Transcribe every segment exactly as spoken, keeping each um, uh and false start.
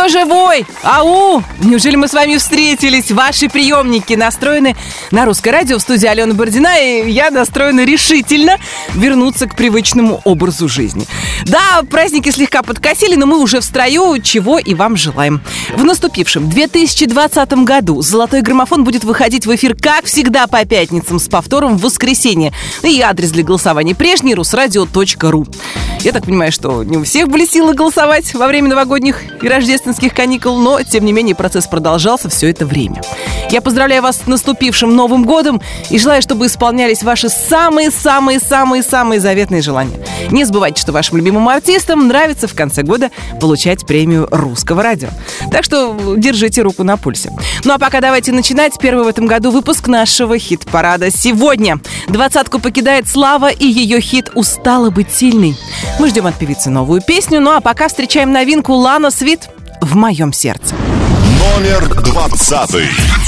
кто живой? Ау! Неужели мы с вами встретились? Ваши приемники настроены на Русское радио. В студии Алена Бородина, и я настроена решительно вернуться к привычному образу жизни. Да, праздники слегка подкосили, но мы уже в строю, чего и вам желаем. В наступившем две тысячи двадцатом году «Золотой граммофон» будет выходить в эфир, как всегда, по пятницам с повтором в воскресенье. И адрес для голосования прежний — русрадио точка ру. Я так понимаю, что не у всех были силы голосовать во время новогодних и рождественских каникул, но, тем не менее, процесс продолжался все это время. Я поздравляю вас с наступившим Новым годом и желаю, чтобы исполнялись ваши самые-самые-самые-самые заветные желания. Не забывайте, что вашим любимым артистам нравится в конце года получать премию Русского радио. Так что держите руку на пульсе. Ну а пока давайте начинать. Первый в этом году выпуск нашего хит-парада. Сегодня двадцатку покидает Слава и ее хит «Устала быть сильной». Мы ждем от певицы новую песню, ну а пока встречаем новинку Лана Свит «В моем сердце». Номер двадцатый.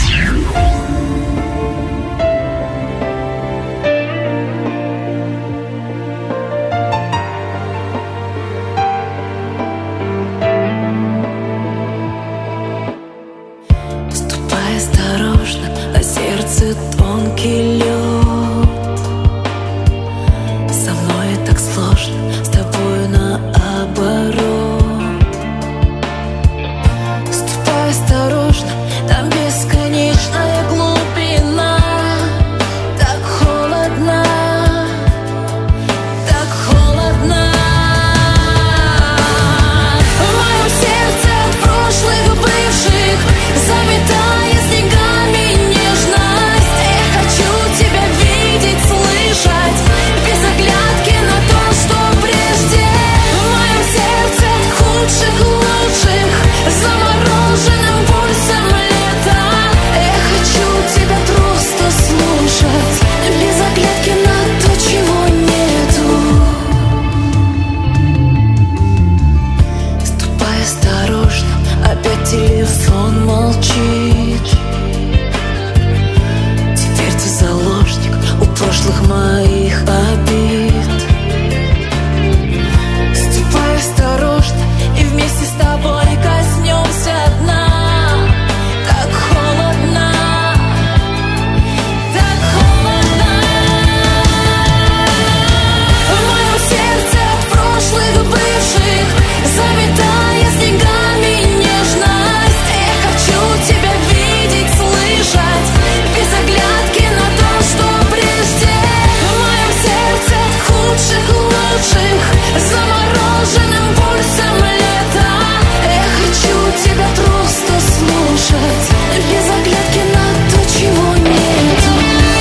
Ступай осторожно, а сердце тонкий лед. Со мной так сложно, с тобою наоборот. Ступай осторожно, там бесконечная глубина. Так холодно, так холодно. В моем сердце от прошлых бывших заметая снегами нежность. Я хочу тебя видеть, слышать, без оглядки на то, что прежде. В моем сердце от худших лучших замороженным пульсом лета. Я хочу тебя просто слушать, без оглядки на то, чего нету. Ступай осторожно, опять телефон молчит. Теперь ты заложник у прошлых моих обид. Ступай осторожно, и вместе с тобой коснемся дна. Так холодно, так холодно. В моем сердце от прошлых бывших заметая снегами нежность. Я хочу тебя видеть, слышать, без оглядки на то, что прежде. В моем сердце от худших лучших замороженным пульсом лета. Я хочу тебя просто слушать, без оглядки на то, чего нету.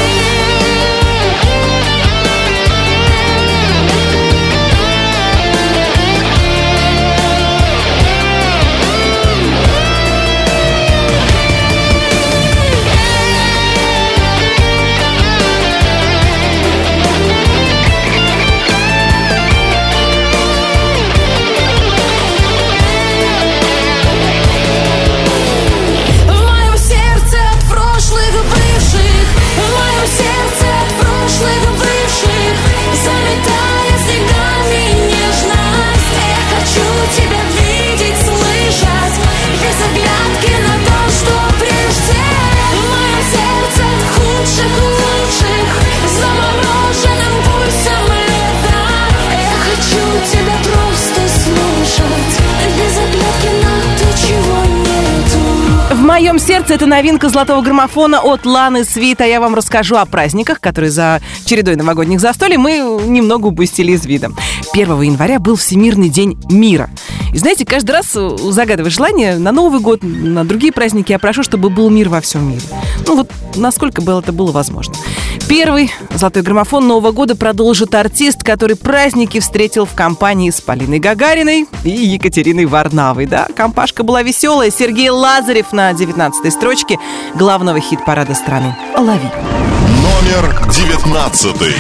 В моем сердце от прошлых бывших, в моем сердце от прошлых бывших заметая снегами нежность. Я хочу тебя видеть, слышать, без оглядки на то, что прежде. В моем сердце от худших лучших замороженным пульсом лета. Я хочу тебя просто слушать, без оглядки на то, чего нету. В моем сердце — это новинка «Золотого граммофона» от Ланы Свит. А я вам расскажу о праздниках, которые за чередой новогодних застолий мы немного упустили из вида. первого января был Всемирный день мира. И знаете, каждый раз, загадывая желание, на Новый год, на другие праздники, я прошу, чтобы был мир во всем мире. Ну вот, насколько бы это было возможно. Первый «Золотой граммофон» Нового года продолжит артист, который праздники встретил в компании с Полиной Гагариной и Екатериной Варнавой. Да, компашка была веселая. Сергей Лазарев на девятнадцатой строчке главного хит-парада страны. «Лови». Номер девятнадцатый.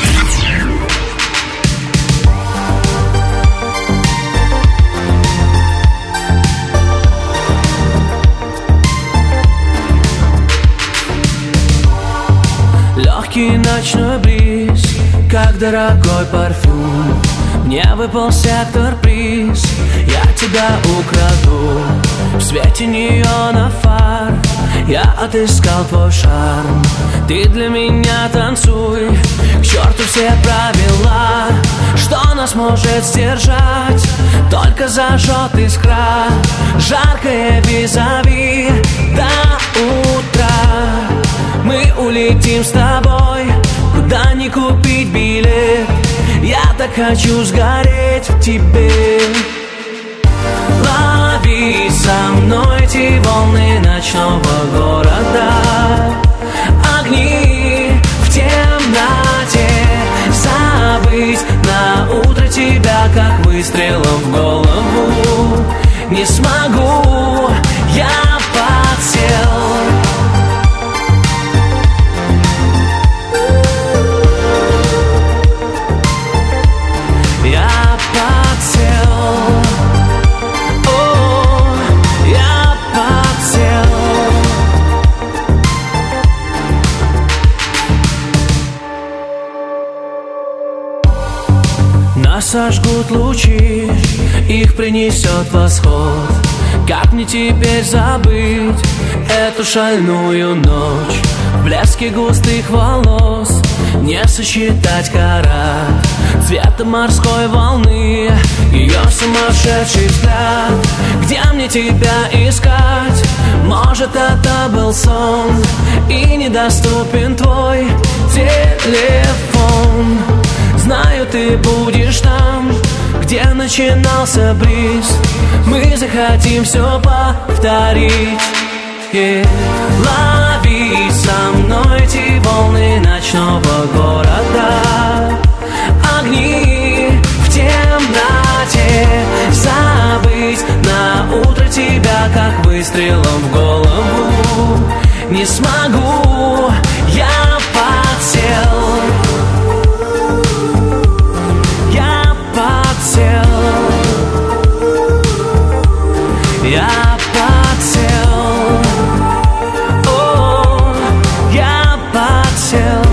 Легкий ночной бриз, как дорогой парфюм, Мне выпал сектор-приз, я тебя украду. В свете неона фар я отыскал твой шарм. Ты для меня танцуй, к черту все правила. Что нас может сдержать? Только зажжет искра. Жаркое визави до утра. Мы улетим с тобой, куда не купить билет. Я так хочу сгореть в тебе. Лови со мной эти волны ночного города. Огни в темноте. Забыть на утро тебя, как выстрелом в голову. Не смогу, я подсел. Я подсел. О, я подсел. Нас сожгут лучи, их принесет восход. Как мне теперь забыть эту шальную ночь? В блеске густых волос не сосчитать карат цвета морской волны, ее сумасшедший взгляд. Где мне тебя искать? Может, это был сон, и недоступен твой телефон. Знаю, ты будешь там, где начинался бриз. Мы захотим все повторить. Yeah. Лови со мной эти волны ночного города. Огни в темноте. Забыть на утро тебя, как выстрелом в голову. Не смогу, я подсел. Я подсел. Я подсел. О, я подсел.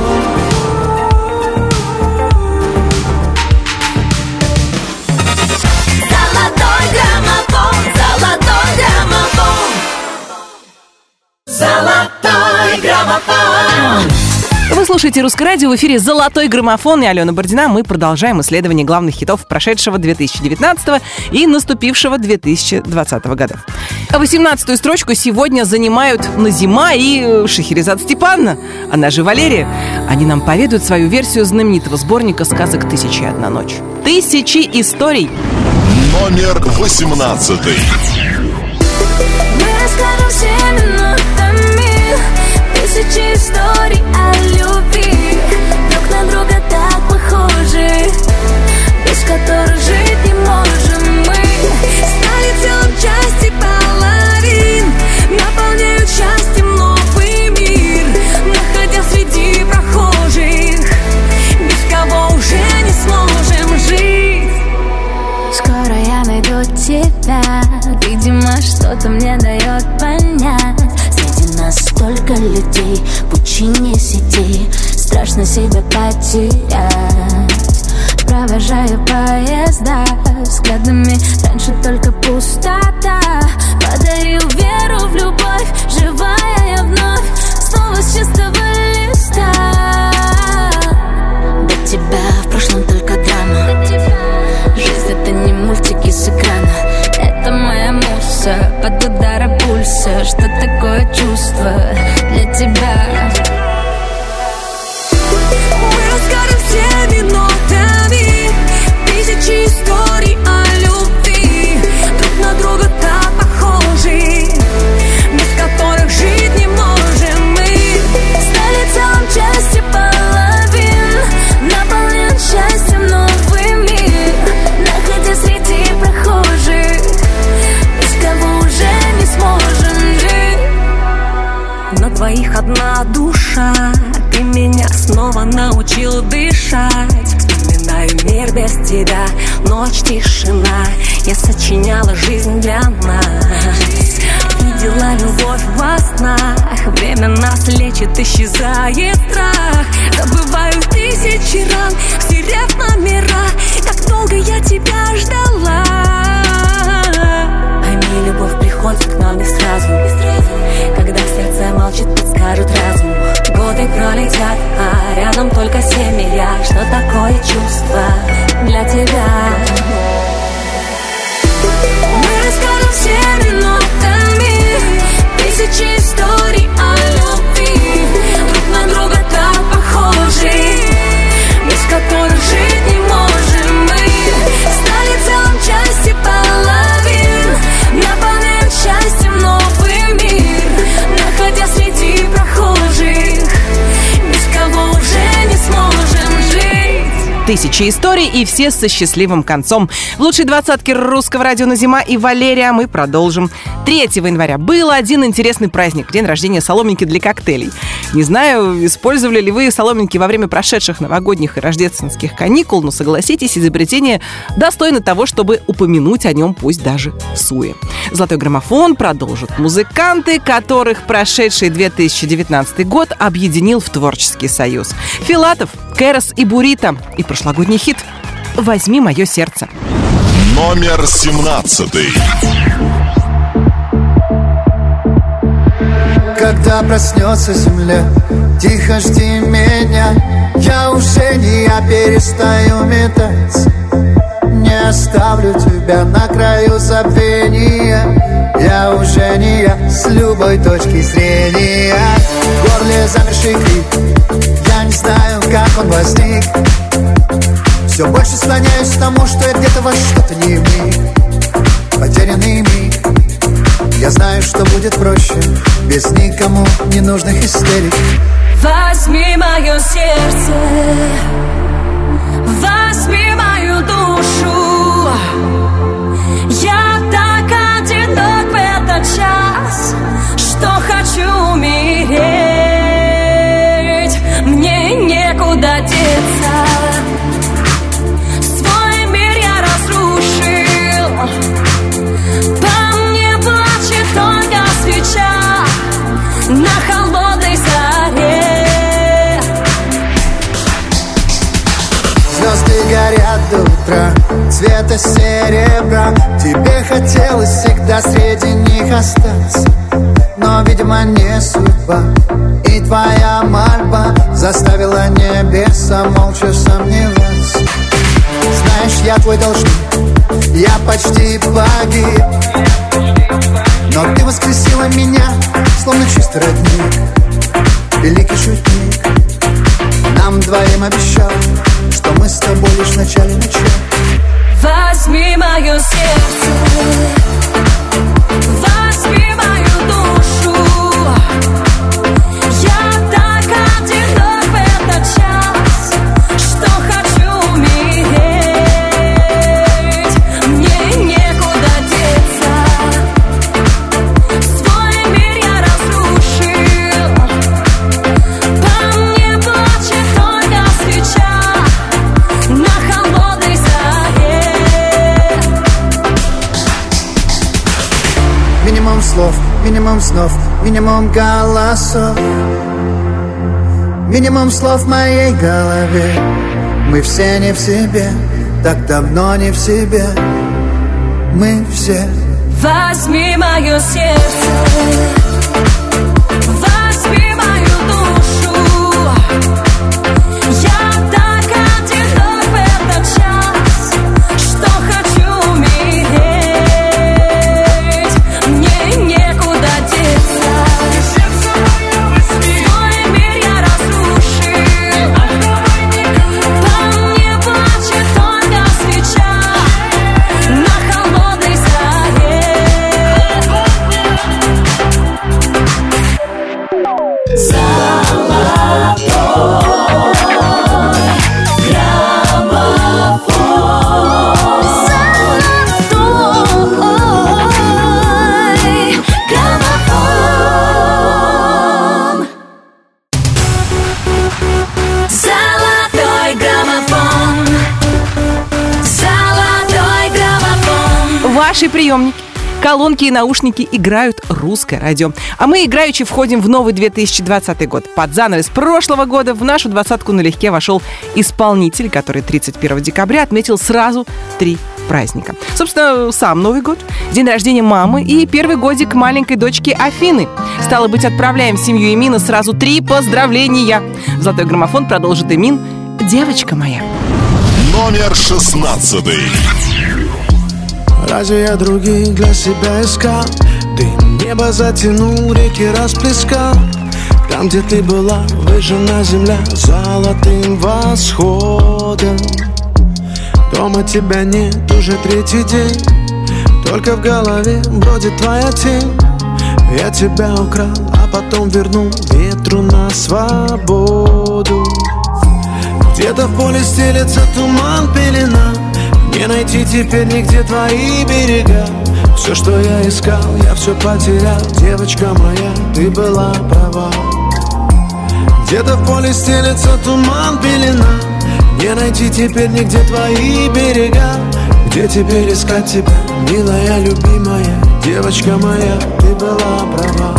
Золотой граммофон, золотой граммофон. Золотой граммофон. Вы слушаете «Русское радио», в эфире «Золотой граммофон» и Алена Бородина. Мы продолжаем исследование главных хитов прошедшего две тысячи девятнадцатого и наступившего две тысячи двадцатого годов. восемнадцатую строчку сегодня занимают Назима и Шахерезад Степановна, она же Валерия. Они нам поведают свою версию знаменитого сборника сказок «Тысяча и одна ночь». Тысячи историй. Номер восемнадцатый. Мы расскажем все минутами тысячи историй о любви, друг на друга так похожи, без которых жить не можем мы. Стали целым части половин, наполняют счастьем новый мир, находя среди прохожих, без кого уже не сможем жить. Скоро я найду тебя, видимо, что-то мне дает понять. Среди нас столько людей, пучине сети, страшно себя потерять. Провожаю поезда взглядами, раньше только пустота. Подарил веру в любовь, живая я вновь, снова с чистого листа. До тебя в прошлом только драма. Жизнь это не мультики с экрана, это моя муса под ударом пульса. Что такое чувство для тебя? Мы расскажем все минутами тысячи историй о любви, друг на друга так похожи, без которых жить не можем мы. Стали целым части половин, наполнен счастьем новый мир, находя среди прохожих, без кого уже не сможем жить. На двоих одна душа, ты меня снова научил дышать. Вспоминаю мир без тебя, ночь, тишина. Я сочиняла жизнь для нас, видела любовь во снах. Время нас лечит, исчезает страх. Забываю тысячи ран, стерев номера. Как долго я молчат, а рядом только семья. Что такое чувство для тебя? Мы расскажем всеми нотами тысячи историй о любви. Друг на друга так похожи, без которых жить не можем мы. Стали целым части половин, наполняем счастьем новый мир, находя среди прохожих, без кого уже не сможем жить. Тысячи историй и все со счастливым концом. В лучшей двадцатке русского радио на зима и Валерия мы продолжим. третьего января был один интересный праздник. День рождения соломинки для коктейлей. Не знаю, использовали ли вы соломинки во время прошедших новогодних и рождественских каникул, но согласитесь, изобретение достойно того, чтобы упомянуть о нем, пусть даже в суе. Золотой граммофон продолжат музыканты, которых прошедший две тысячи девятнадцатый год объединил в творческий союз. Филатов, Кэрос и Бурито. И прошлогодний хит «Возьми мое сердце». Номер семнадцатый. Когда проснется земля, тихо жди меня. Я уже не я, перестаю метаться. Не оставлю тебя на краю забвения. Я уже не я, с любой точки зрения. В горле замерший крик, я не знаю, как он возник. Все больше склоняюсь к тому, что я где-то во что-то не вник. Потерянный миг. Я знаю, что будет проще без никому не нужных истерик. Возьми мое сердце, возьми мою душу. Я так одинок в этот час, что хочу умереть. Мне некуда деться. Свой мир я разрушил. По мне плачет только свеча на холодной заре. Звезды горят до утра, цвета серебра. Тебе хотелось всегда среди них остаться, но, видимо, не судьба. И твоя мольба заставила небеса молча сомневаться. Знаешь, я твой должник, я почти погиб, но ты воскресила меня, словно чистый родник. Великий шутник нам двоим обещал, что мы с тобой лишь в начале начала. Возьми мое сердце, возьми мою душу. Я так одинок в этот час, что хочу умереть. Мне некуда деться. Свой мир я разрушил. По мне плачет только свеча на холодной заре. Минимум слов, минимум снов, минимум голосов, минимум слов в моей голове. Мы все не в себе, так давно не в себе. Мы все. Возьми мое сердце, возьми мою душу. Я так одинок в этот час, что хочу умереть. Мне некуда деться. Свой мир я разрушил. По мне плачет только свеча на холодной заре. Золотой граммофон. Золотой граммофон. Ваши приемники колонки и наушники играют русское радио. А мы играючи входим в новый две тысячи двадцатый год. Под занавес прошлого года в нашу двадцатку налегке вошел исполнитель, который тридцать первого декабря отметил сразу три праздника. Собственно, сам Новый год, день рождения мамы и первый годик маленькой дочки Афины. Стало быть, отправляем в семью Эмина сразу три поздравления. Золотой граммофон продолжит Эмин «Девочка моя». Номер шестнадцатый. Разве я других для себя искал? Дым небо затянул, реки расплескал. Там, где ты была, выжжена земля золотым восходом. Дома тебя нет уже третий день, только в голове бродит твоя тень. Я тебя украл, а потом вернул ветру на свободу. Где-то в поле стелется туман, пелена. Не найти теперь нигде твои берега. Все, что я искал, я все потерял. Девочка моя, ты была права. Где-то в поле стелется туман, пелена. Не найти теперь нигде твои берега. Где теперь искать тебя, милая, любимая? Девочка моя, ты была права.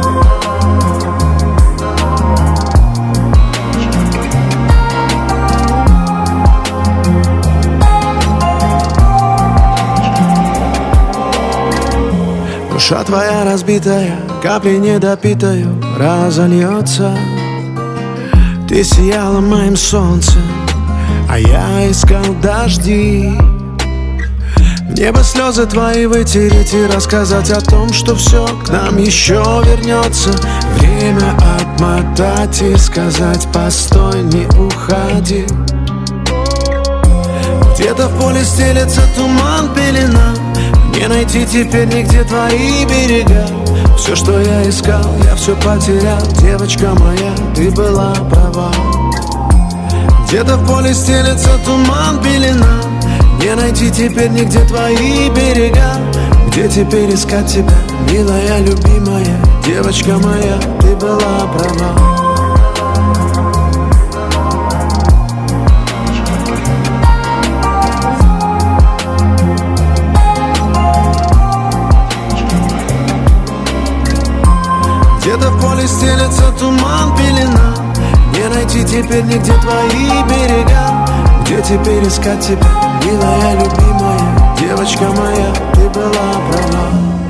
Душа твоя разбитая, капли недопитою разольется. Ты сияла моим солнцем, а я искал дожди. Мне бы слезы твои вытереть и рассказать о том, что все к нам еще вернется. Время отмотать и сказать: постой, не уходи. Где-то в поле стелется туман, пелена. Не найти теперь нигде твои берега. Все, что я искал, я все потерял. Девочка моя, ты была права. Где-то в поле стелется туман, пелена. Не найти теперь нигде твои берега. Где теперь искать тебя, милая, любимая? Девочка моя, ты была права. Где-то в поле стелется туман, пелена. Не найти теперь нигде твои берега. Где теперь искать тебя, милая, любимая? Девочка моя, ты была права.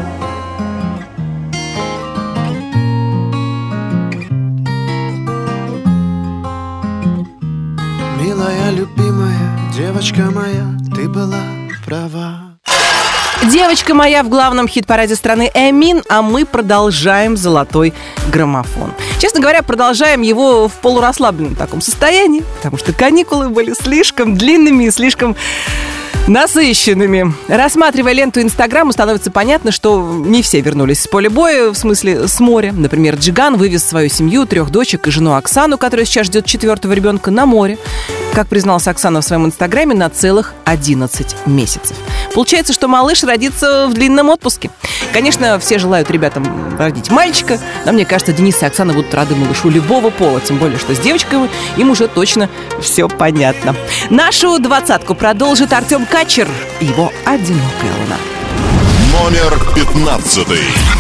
Милая, любимая, девочка моя, ты была права. Девочка моя в главном хит-параде страны Эмин, а мы продолжаем золотой граммофон. Честно говоря, продолжаем его в полурасслабленном таком состоянии, потому что каникулы были слишком длинными и слишком насыщенными. Рассматривая ленту Инстаграма, становится понятно, что не все вернулись с поля боя, в смысле с моря. Например, Джиган вывез свою семью, трех дочек и жену Оксану, которая сейчас ждет четвертого ребенка, на море. Как призналась Оксана в своем Инстаграме, на целых одиннадцать месяцев. Получается, что малыш родится в длинном отпуске. Конечно, все желают ребятам родить мальчика, но мне кажется, Денис и Оксана будут рады малышу любого пола, тем более, что с девочкой им уже точно все понятно. Нашу двадцатку продолжит Артем Качер и его «Одинокая луна». Номер пятнадцатый.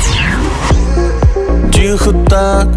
Тихо так,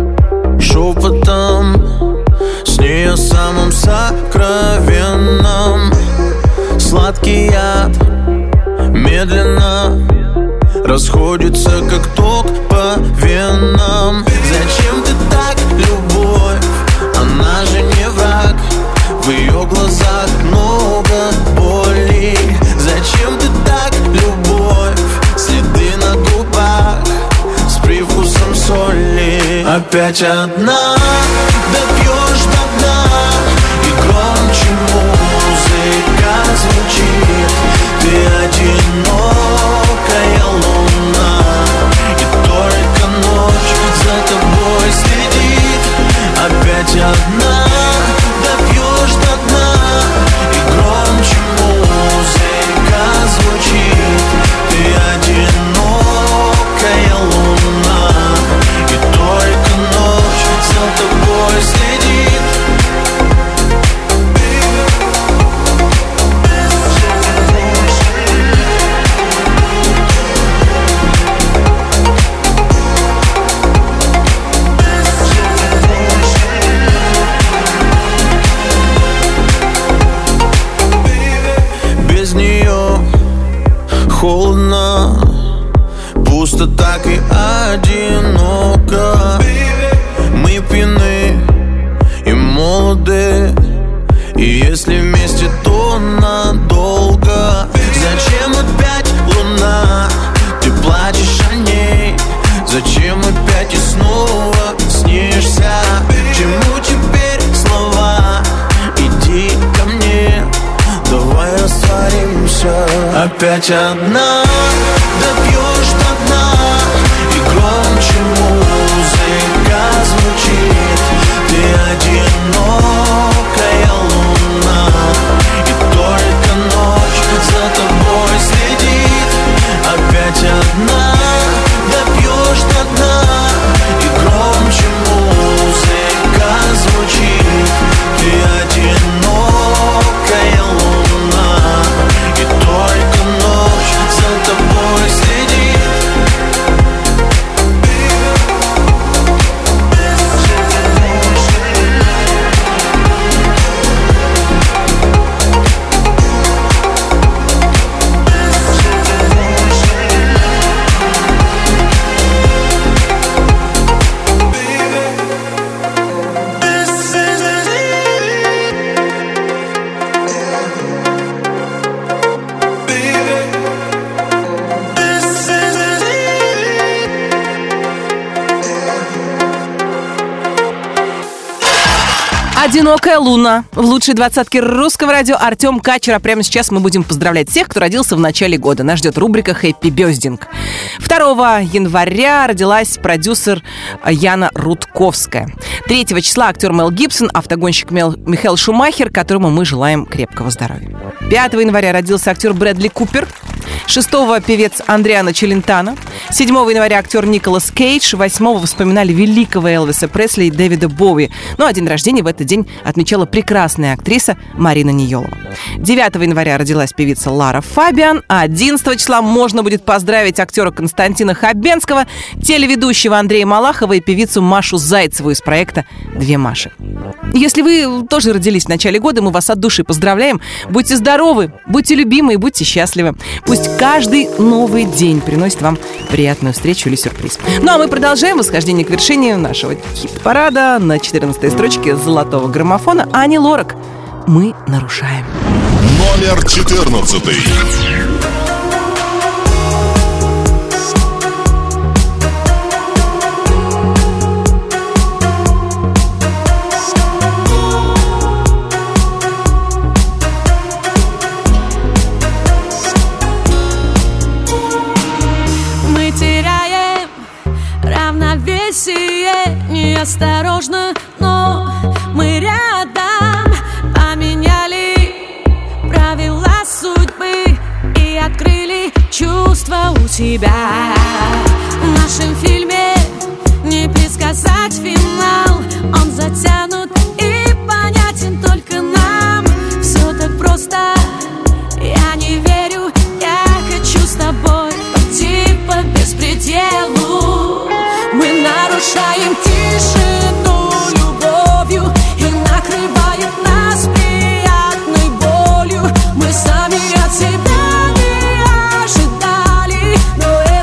шепотом, с ней о самом сокровенном. Сладкий яд медленно расходится, как ток по венам. Зачем ты так, любовь? Она же не враг. В ее глазах много боли. Зачем ты так, любовь? Следы на губах с привкусом соли. Опять одна, допьешь до дна, и громче музыка звучит. Ты одинокая луна, и только ночь за тобой следит. Опять одна, допьешь до дна, и громче музыка звучит. Ты одинокая луна, и только ночь за тобой следит. опять одна, допьешь до дна, и громче музыка звучит. Ты одинокая луна, и только ночь за тобой следит. Опять одна, допьешь до дна, и громче музыка звучит. Ты одинокая луна, и только ночь за тобой следит. «Одинокая луна» в лучшей двадцатке русского радио Артем Качер. А прямо сейчас мы будем поздравлять всех, кто родился в начале года. Нас ждет рубрика «Хэппи Бёздинг». второго января родилась продюсер Яна Рудковская. третьего числа актер Мел Гибсон, автогонщик Мел, Михаэл Шумахер, которому мы желаем крепкого здоровья. пятого января родился актер Брэдли Купер. шестого певец Андриано Челентано. седьмого января актер Николас Кейдж. восьмого вспоминали великого Элвиса Пресли и Дэвида Боуи. Ну а день рождения в этот день отмечала прекрасная актриса Марина Ниелова. девятого января родилась певица Лара Фабиан. А одиннадцатого числа можно будет поздравить актера Константина Хабенского, телеведущего Андрея Малахова и певицу Машу Зайцеву из проекта «Две Маши». Если вы тоже родились в начале года, мы вас от души поздравляем. Будьте здоровы, будьте любимы и будьте счастливы. Пусть каждый новый день приносит вам приятную встречу или сюрприз. Ну а мы продолжаем восхождение к вершине нашего хит-парада на четырнадцатой строчке золотого граммофона Ани Лорак. Мы нарушаем. Номер четырнадцатый. Неосторожно, но мы рядом. Поменяли правила судьбы и открыли чувства у тебя. В нашем фильме не предсказать финал. Он затянут и понятен только нам. Все так просто, я не верю. Я хочу с тобой пойти по беспределу. Мы нарушаем тишину любовью, и накрывает нас приятной болью. Мы сами от себя не ожидали, но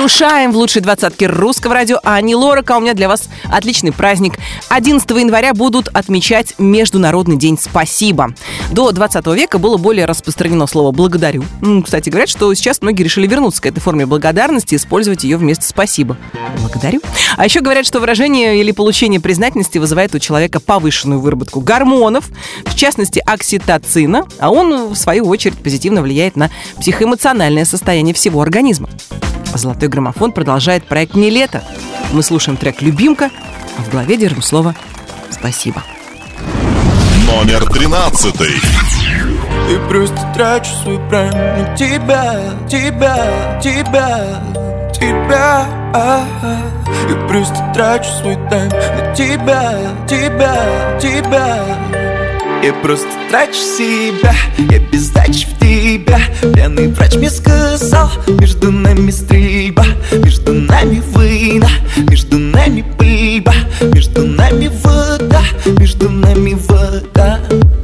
нарушаем в лучшей двадцатке русского радио. Ани Лорак, а у меня для вас отличный праздник. одиннадцатого января будут отмечать Международный день спасибо. До двадцатого века было более распространено слово «благодарю». Кстати, говорят, что сейчас многие решили вернуться к этой форме благодарности и использовать ее вместо «спасибо». Благодарю. А еще говорят, что выражение или получение признательности вызывает у человека повышенную выработку гормонов, в частности, окситоцина, а он, в свою очередь, позитивно влияет на психоэмоциональное состояние всего организма. «Золотой граммофон» продолжает проект «Не лето». Мы слушаем трек «Любимка», а в голове держим слово «спасибо». Номер тринадцатый. Ты просто тратишь свой прайм на тебя, тебя, тебя, тебя. Я просто трачу свой тайм на тебя, тебя, тебя. Я просто трачу себя, я без сдачи в тебя. Пьяный врач мне сказал, между нами стрельба, между нами война, между нами пыльба, между нами вода, между нами вода.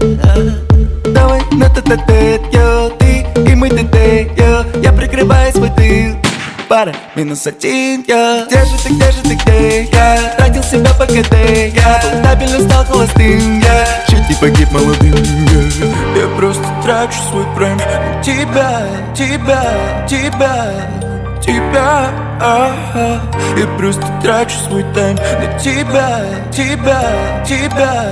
Давай на тет-а-тет, йо, ты и мы тет-а-тет, я прикрываю свой тыл. Пара, минус один, я. Где же ты, где же ты, где я? Тратил себя по КТ, я. Стабильно стал холостым, я. Чуть не погиб молодым, я. Я просто трачу свой прайм на тебя, тебя, тебя, тебя. А-а. Я просто трачу свой тайм на тебя, тебя, тебя.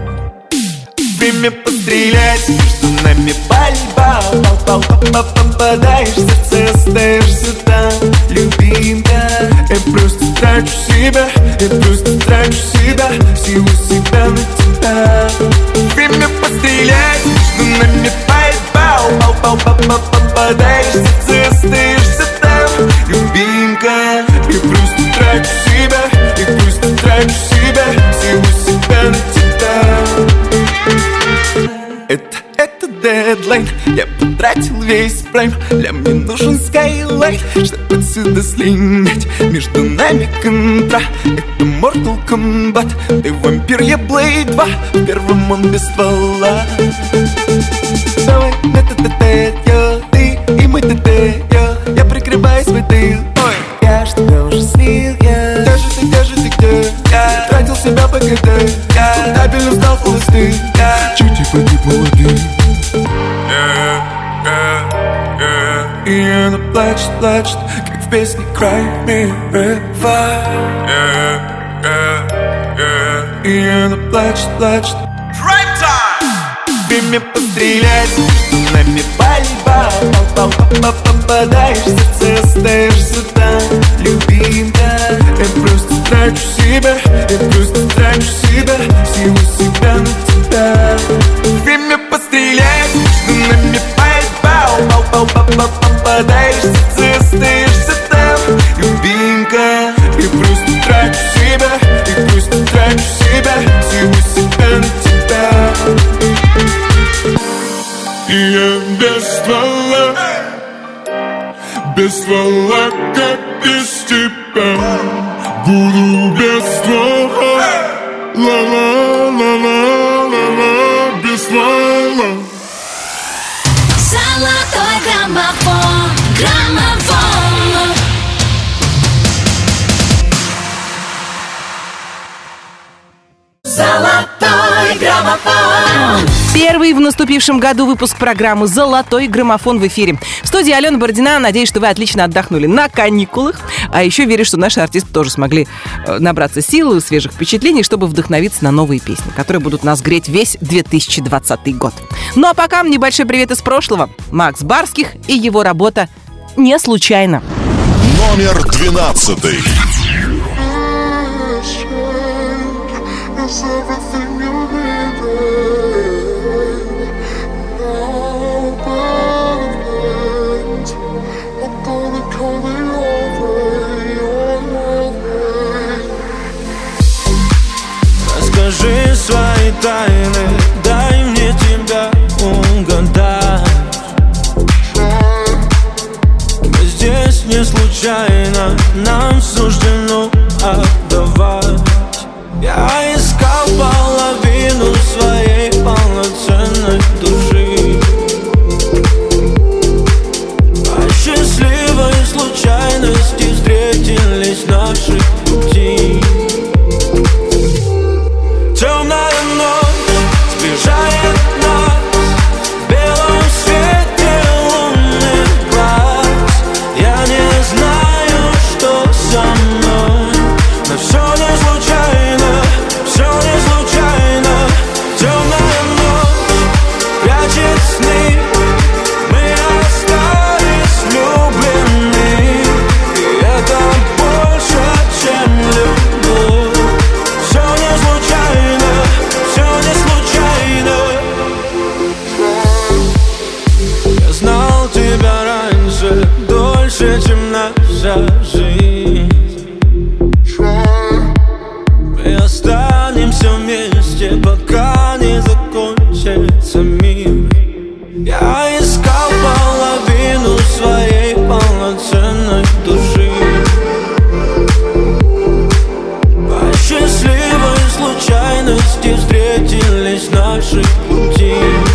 Время пострелять, между нами пальба. Пал-пал-пал-пал, попадаешь в сердце, остаешься там, любимая. Я просто трачу себя, я просто трачу себя, силу себя на тебя. Время пострелять, между нами пальба. Пал-пал-пал-пал, попадаешь в сердце, остаешься там, любимая. Я просто трачу себя, я просто трачу себя, силу себя на тебя. Это, это дедлайн, я потратил весь прайм. Для мне нужен скайлайт, чтобы отсюда слинять. Между нами контра, это Mortal Kombat. Ты вампир, я Блейд два, в первом он без ствола. Давай на тет-а-тет, йо, ты и мы тет-а-тет, йо. Я прикрываю свой тыл, ой, я ж тебя уже слил, я. Где же ты, где же ты, где? Я тратил себя по КТ, я стабильно стал холостым, я. Чуть не погиб молодым. Yeah, yeah, yeah. И она плачет, плачет, как в песне Cry Me River. Yeah, yeah, yeah. И она плачет, плачет. Prime time! Время пострелять, между нами пальба. Пал-пал-пал, попадаешь в сердце, остаешься там, любимая. Я просто трачу себя, я просто трачу себя, силу себя на тебя. Время пострелять, между нами пальба. Пал-пал-пал, попадаешь в сердце, остаешься там, любимка. Я просто трачу себя, я просто трачу себя, силу себя на тебя. И я без ствола, без ствола, как без тебя. Буду без ствола, ла-ла-ла-ла-ла-ла, без ствола. Золотой граммофон, граммофон. Золотой граммофон. Первый в наступившем году выпуск программы «Золотой граммофон» в эфире. В студии Алена Бородина. Надеюсь, что вы отлично отдохнули на каникулах. А еще верю, что наши артисты тоже смогли набраться сил и свежих впечатлений, чтобы вдохновиться на новые песни, которые будут нас греть весь две тысячи двадцатый год. Ну а пока небольшой привет из прошлого. Макс Барских и его работа «Не случайно». Номер двенадцатый. Расскажи свои тайны, дай мне тебя угадать. Мы здесь не случайно, нам суждено отдавать. Я искал половину своей полноценной души, по счастливой случайности расходились наши пути.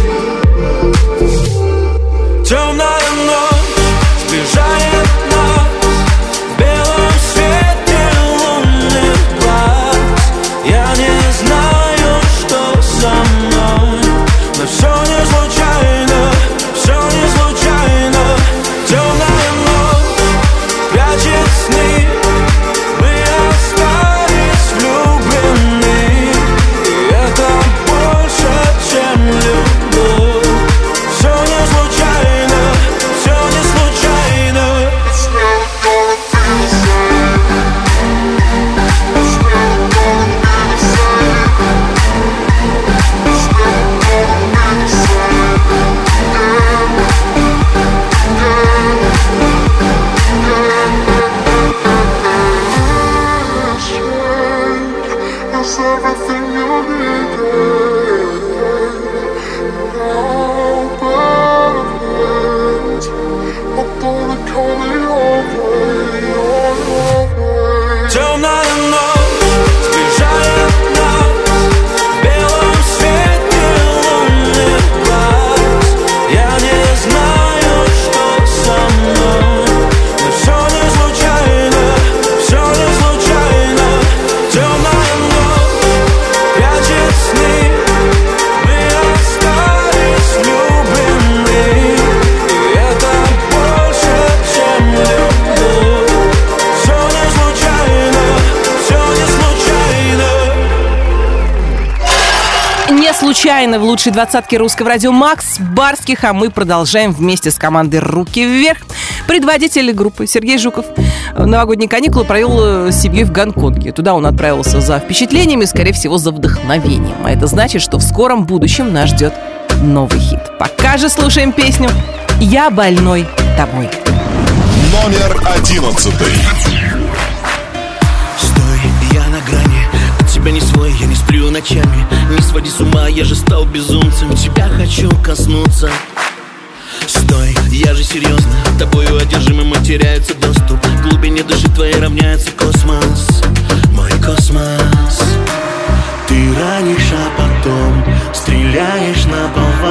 Темная ночь сближает нас в белом свете лунных глаз. Я не знаю, что со мной, но все не случайно, все не случайно. Темная ночь прячет сны, мы остались влюблены, и это больше, чем любовь. Все не случайно, все не случайно. Темная ночь сближает нас в белом свете лунных глаз. Я не знаю, что со мной, но все не случайно, все не случайно. Темная ночь прячет сны, мы остались влюблены, и это больше, чем любовь. Все не случайно, все не случайно. Не случайно в лучшей двадцатке русского радио Макс Барских, а мы продолжаем вместе с командой «Руки вверх». Предводитель группы Сергей Жуков новогодние каникулы провел с семьей в Гонконге. Туда он отправился за впечатлениями, скорее всего, за вдохновением. А это значит, что в скором будущем нас ждет новый хит. Пока же слушаем песню «Я больной тобой». Номер одиннадцатый. Стой, я на грани, от тебя не свой, я не сплю ночами. Не своди с ума, я же стал безумцем, тебя хочу коснуться. Стой, я же серьезно, тобою одержимым теряется доступ. К глубине души твоей равняется космос, мой космос. Ты ранишь, а потом стреляешь на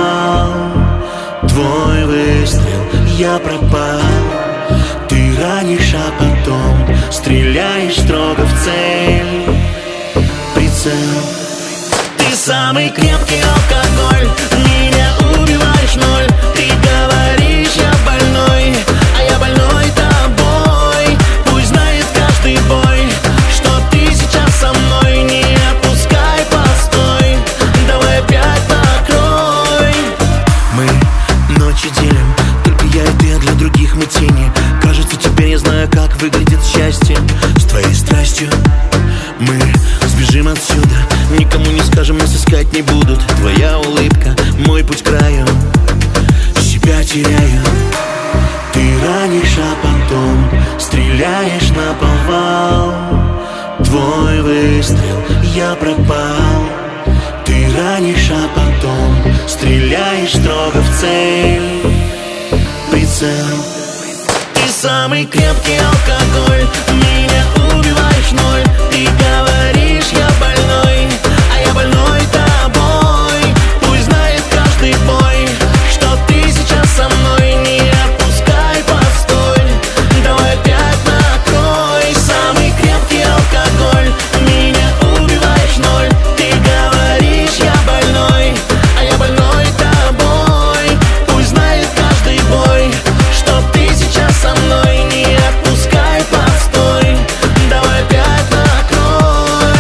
повал. Твой выстрел, я пропал. Ты ранишь, а потом стреляешь строго в цель. Прицел. Ты самый крепкий алкоголь, меня убиваешь ноль. Ты говоришь, я больной, а я больной тобой. Пусть знает каждый бой, что ты сейчас со мной. Не отпускай, постой, давай опять накрой. Мы ночи делим, только я и ты, а для других мы тени. Кажется, теперь я знаю, как выглядит счастье. С твоей страстью мы сбежим отсюда, никому не скажем, нас искать не будут. Твоя улыбка, мой путь к краю, себя теряю. Ты ранишь, а потом стреляешь на повал. Твой выстрел, я пропал. Ты ранишь, а потом стреляешь строго в цель. Прицел. Ты самый крепкий алкоголь, меня убиваешь ноль. Ты говоришь, я больной, а я больной тобой. Пусть знает каждый бой, что ты сейчас со мной. Не отпускай, постой, давай опять накрой. Самый крепкий алкоголь, меня убиваешь ноль. Ты говоришь, я больной, а я больной тобой. Пусть знает каждый бой, что ты сейчас со мной. Не отпускай, постой, давай опять накрой.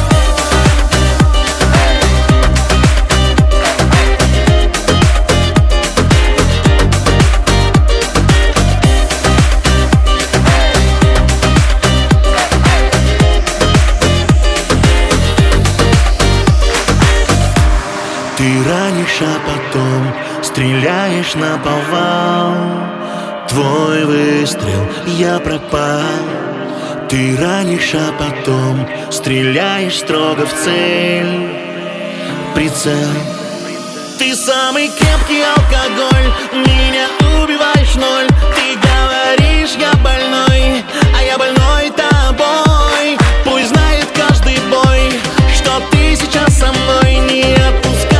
Ты ранишь, а потом стреляешь на повал. Твой выстрел, я пропал. Ты ранишь, а потом стреляешь строго в цель. Прицел. Ты самый крепкий алкоголь, меня убиваешь ноль. Ты говоришь, я больной, а я больной тобой. Пусть знает каждый бой, что ты сейчас со мной. Не отпускай.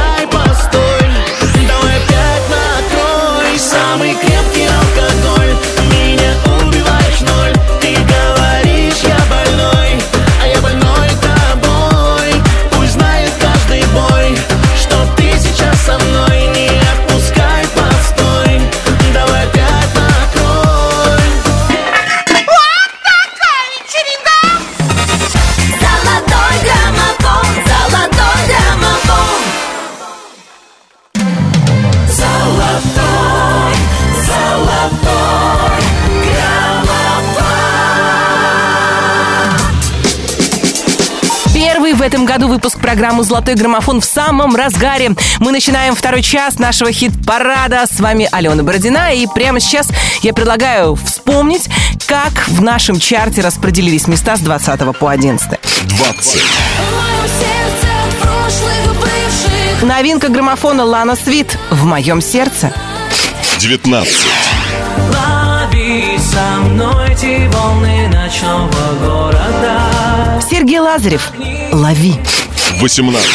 этом году выпуск программы «Золотой граммофон» в самом разгаре. Мы начинаем второй час нашего хит-парада. С вами Алена Бородина. И прямо сейчас я предлагаю вспомнить, как в нашем чарте распределились места с двадцатого по одиннадцатое. двадцать. Новинка граммофона Лана Свит «В моем сердце». девятнадцать. Лови со мной эти волны ночного города. Сергей Лазарев «Лови». восемнадцать.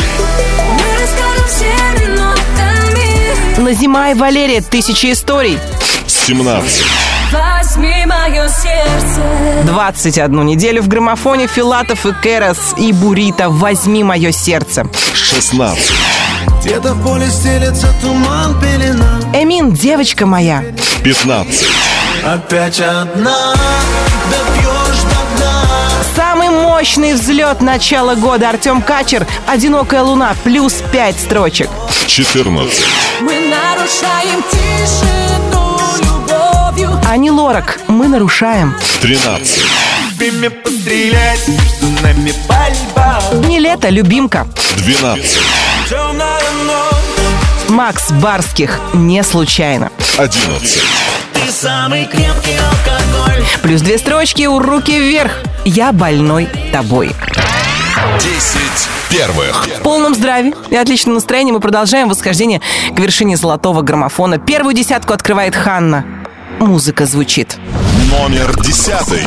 Назима и Валерия «Тысячи историй». семнадцать. Возьми мое сердце. двадцать одну неделю в граммофоне Филатов и Кэрос и Бурито «Возьми мое сердце». шестнадцать. Где-то в поле стелется туман, пелена. Эмин «Девочка моя». пятнадцать. Опять одна, допьешь до дна. Самый мощный взлет начала года Артем Качер «Одинокая луна» плюс пять строчек. четырнадцать. Мы нарушаем тишину любовью. Ани Лорак «Мы нарушаем». тринадцать. Время пострелять, между нами пальба. Не лето, любимка. двенадцать. Темная ночь. Макс Барских «Не случайно». одиннадцать. Ты самый крепкий алкоголь. Плюс две строчки у «Руки вверх». «Я больной тобой». десять первых. В полном здравии и отличном настроении мы продолжаем восхождение к вершине золотого граммофона. Первую десятку открывает Ханна. Музыка звучит. Номер десятый.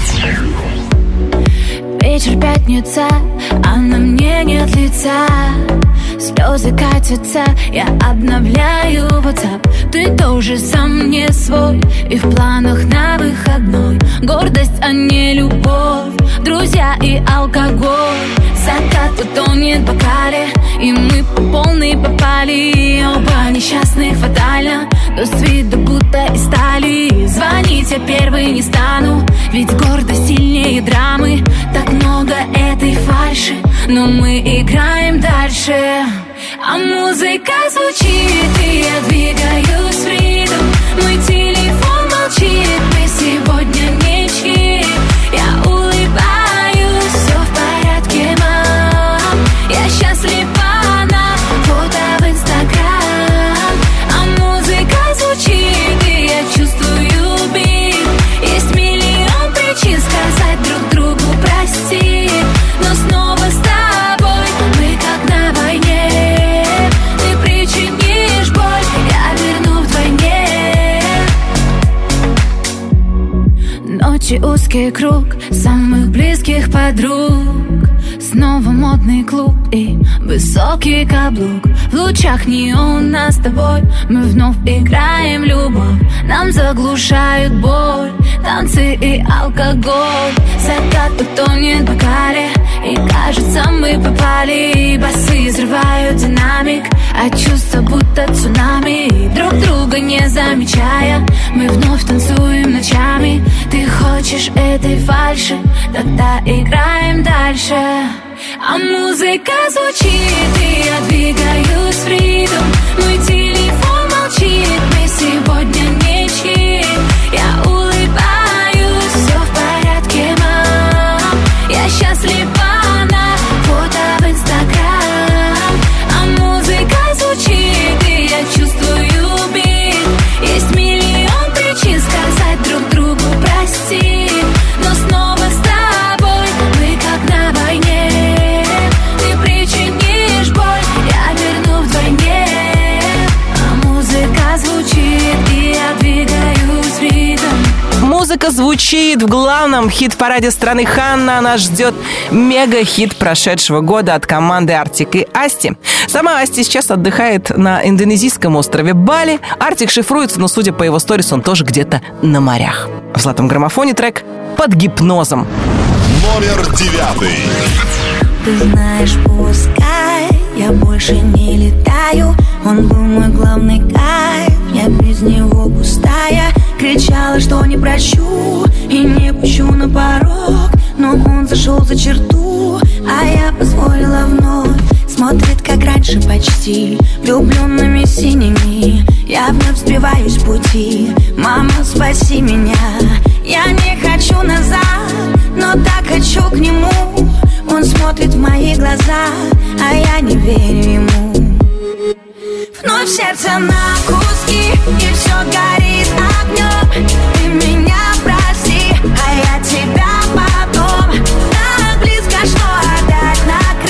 Вечер пятница, а на мне нет лица. Слезы катятся, я обновляю WhatsApp. Ты тоже сам не свой, и в планах на выходной гордость, а не любовь, друзья и алкоголь. Закат утонет в бокале, и мы по полной попали. Оба несчастных фатально, но с виду будто из стали. Звонить я первый не стану, ведь гордость сильнее драмы. Так много этой фальши, но мы играем дальше. А музыка звучит, и я двигаюсь в ритм. Мой телефон молчит, мы сегодня ничьи. Я улыбаюсь, все в порядке, мам. Я счастлива на фото в Инстаграм. А музыка звучит, и я чувствую бит. Есть миллион причин сказать друг другу прости, но снова с тобой мы как на войне. Ты причинишь боль, я верну вдвойне. Ночи узкий круг самых близких подруг. Снова модный клуб и высокий каблук. В лучах неона с тобой мы вновь играем любовь. Нам заглушают боль танцы и алкоголь. Закат утонет в бокале, и кажется мы попали. Басы взрывают динамик, а чувства будто цунами. Друг друга не замечая, мы вновь танцуем ночами. Ты хочешь этой фальши, тогда играем дальше. А музыка звучит, и я двигаюсь в ритм. Мой телефон молчит, мы сегодня ничьи. Я улыбаюсь, все в порядке, мам. Я счастлива на фото в Инстаграм. А музыка звучит, и я чувствую бит. Есть миллион причин сказать друг другу прости, но снова с тобой мы как на войне. Ты причинишь боль, я верну вдвойне. А музыка звучит, и я двигаюсь в ритм. Музыка звучит в главном хит-параде страны Ханна. Нас ждет мега-хит прошедшего года от команды Артик и Асти. Сама Асти сейчас отдыхает на индонезийском острове Бали. Артик шифруется, но, судя по его сторис, он тоже где-то на морях. В золотом граммофоне трек «Под гипнозом». Номер девятый. Ты знаешь, пускай я больше не летаю. Он был мой главный кайф, я без него пустая. Кричала, что не прощу и не пущу на порог, но он зашел за черту, а я позволила вновь. Смотрит, как раньше почти, влюбленными синими. Я вновь сбиваюсь с пути. Мама, спаси меня. Я не хочу назад, но так хочу к нему. Он смотрит в мои глаза, а я не верю ему. Вновь сердце на куски, и все горит огнем. Ты меня прости, а я тебя потом. Так близко, что опять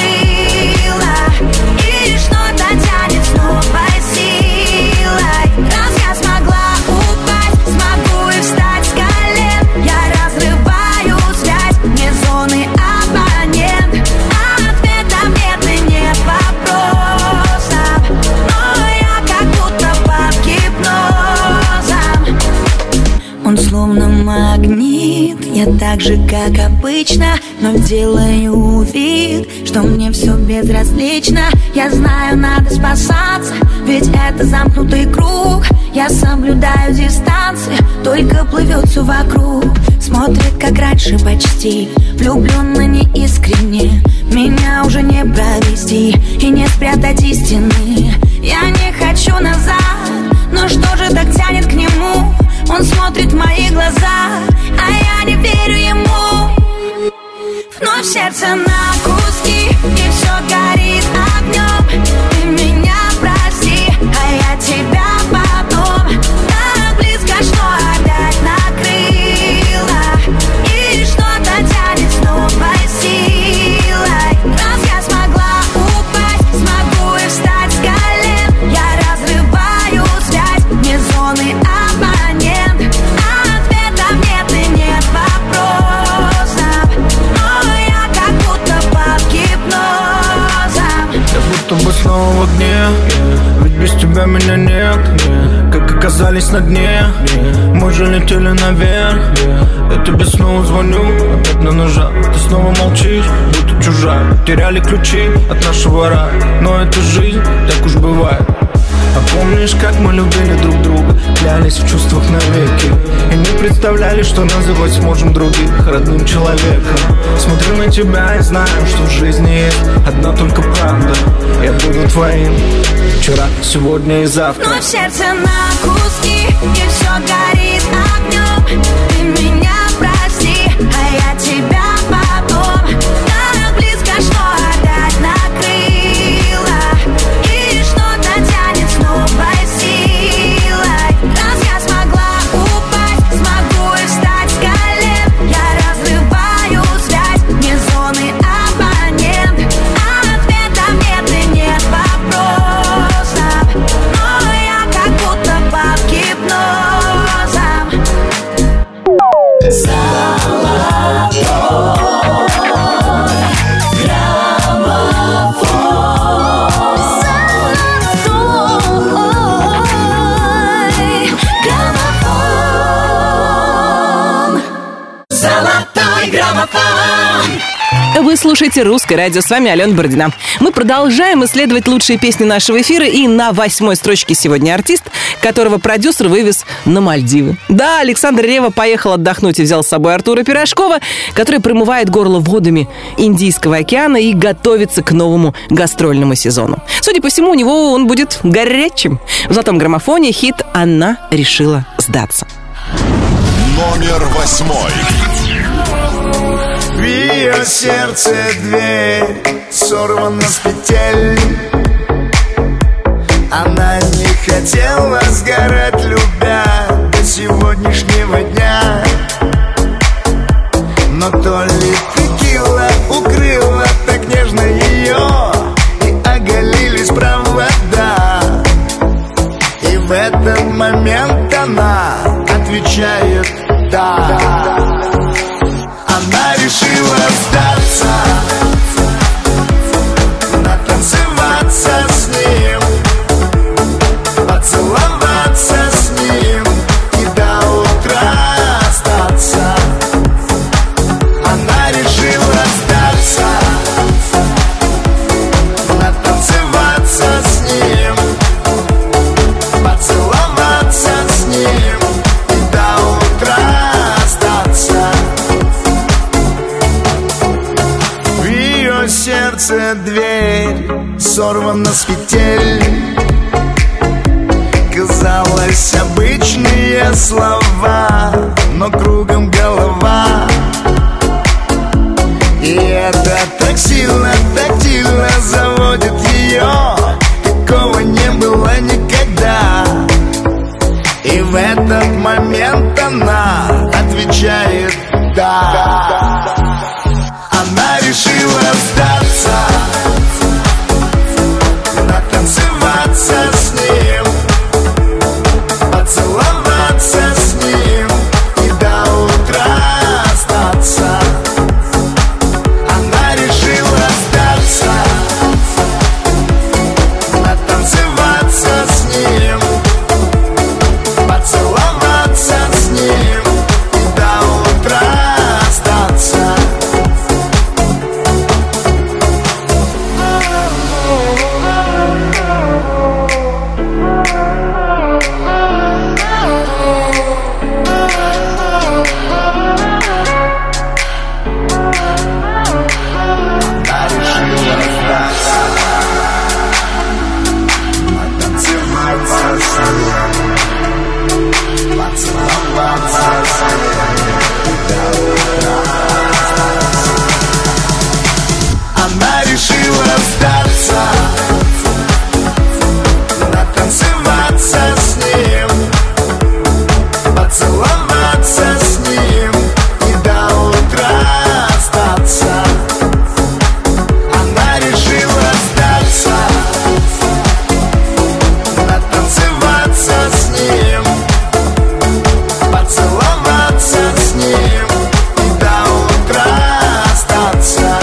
накрыло, и что-то тянет с новой силой. Раз я смогла упасть, смогу и встать с колен. Я разрываю связь, мне зоны абонент. А ответов нет и нет вопросов, но я как будто под гипнозом. Он словно магнит, я так же, как обычно, но делаю вид, что мне все безразлично. Я знаю, надо спасаться, ведь это замкнутый круг. Я соблюдаю дистанцию, только плывет все вокруг. Смотрит, как раньше почти, влюбленно неискренне. Меня уже не провести и не спрятать истины. Я не хочу назад, но что же так тянет к нему? Он смотрит в мои глаза, а я не верю ему. Вновь сердце на куски, и все горит огнем. Ты меня прости, а я тебя потом. Так близко, что опять накрыло, и что-то тянет с новой силой. Раз я смогла упасть, смогу и встать с колен. Я разрываю связь, мне зоны абонент. А ответов нет и нет вопросов, но я как будто под гипнозом. Я будто бы снова в огне, ведь без тебя меня нет. Как оказались на дне, мы же летели наверх. Я тебе снова звоню, опять на ножах. Ты снова молчишь, будто чужая. Теряли ключи от нашего рая, но это жизнь, так уж бывает. А помнишь, как мы любили друг друга, клялись в чувствах навеки, и не представляли, что называть сможем других родным человеком. Смотрю на тебя и знаю, что в жизни есть одна только правда. Я буду твоим вчера, сегодня и завтра. Вновь сердце на куски, и все горит огнем. Ты меня прости, а я тебя потом. Так близко, что опять накрыло, и что-то тянет с новой силой. Раз я смогла упасть, смогу и встать с колен. Я разрываю связь, мне зоны абонент. А ответов нет и нет вопросов, но я как будто под гипнозом. Вы слушаете «Русское радио», с вами Алена Бородина. Мы продолжаем исследовать лучшие песни нашего эфира, и на восьмой строчке сегодня артист, которого продюсер вывез на Мальдивы. Да, Александр Ревва поехал отдохнуть и взял с собой Артура Пирожкова, который промывает горло водами Индийского океана и готовится к новому гастрольному сезону. Судя по всему, у него он будет горячим. В «Золотом граммофоне» хит «Она решила сдаться». Номер восьмой. В ее сердце дверь сорвана с петель. Она не хотела сгорать, любя, до сегодняшнего дня. Но то ли текила укрыла так нежно ее, и оголились провода. И в этот момент она отвечает «да». Она решила сдаться, натанцеваться с ним, поцеловаться с ним и до утра остаться. Она решила сдаться, натанцеваться с ним, поцеловаться с ним и до утра остаться. Сердце дверь сорвана с петель. Казалось, обычные слова, но кругом голова. И это так сильно, так сильно заводит ее. Такого не было никогда. И в этот момент она отвечает «да». Она решила сдаться, натанцеваться с ним, поцеловаться с ним и до утра остаться. Она решила сдаться, натанцеваться с ним, поцеловаться с ним и до утра остаться. Она решила сдаться, натанцеваться с ним, поцеловаться с ним и до утра остаться. Она решила сдаться, натанцеваться с ним, поцеловаться с ним и до утра остаться.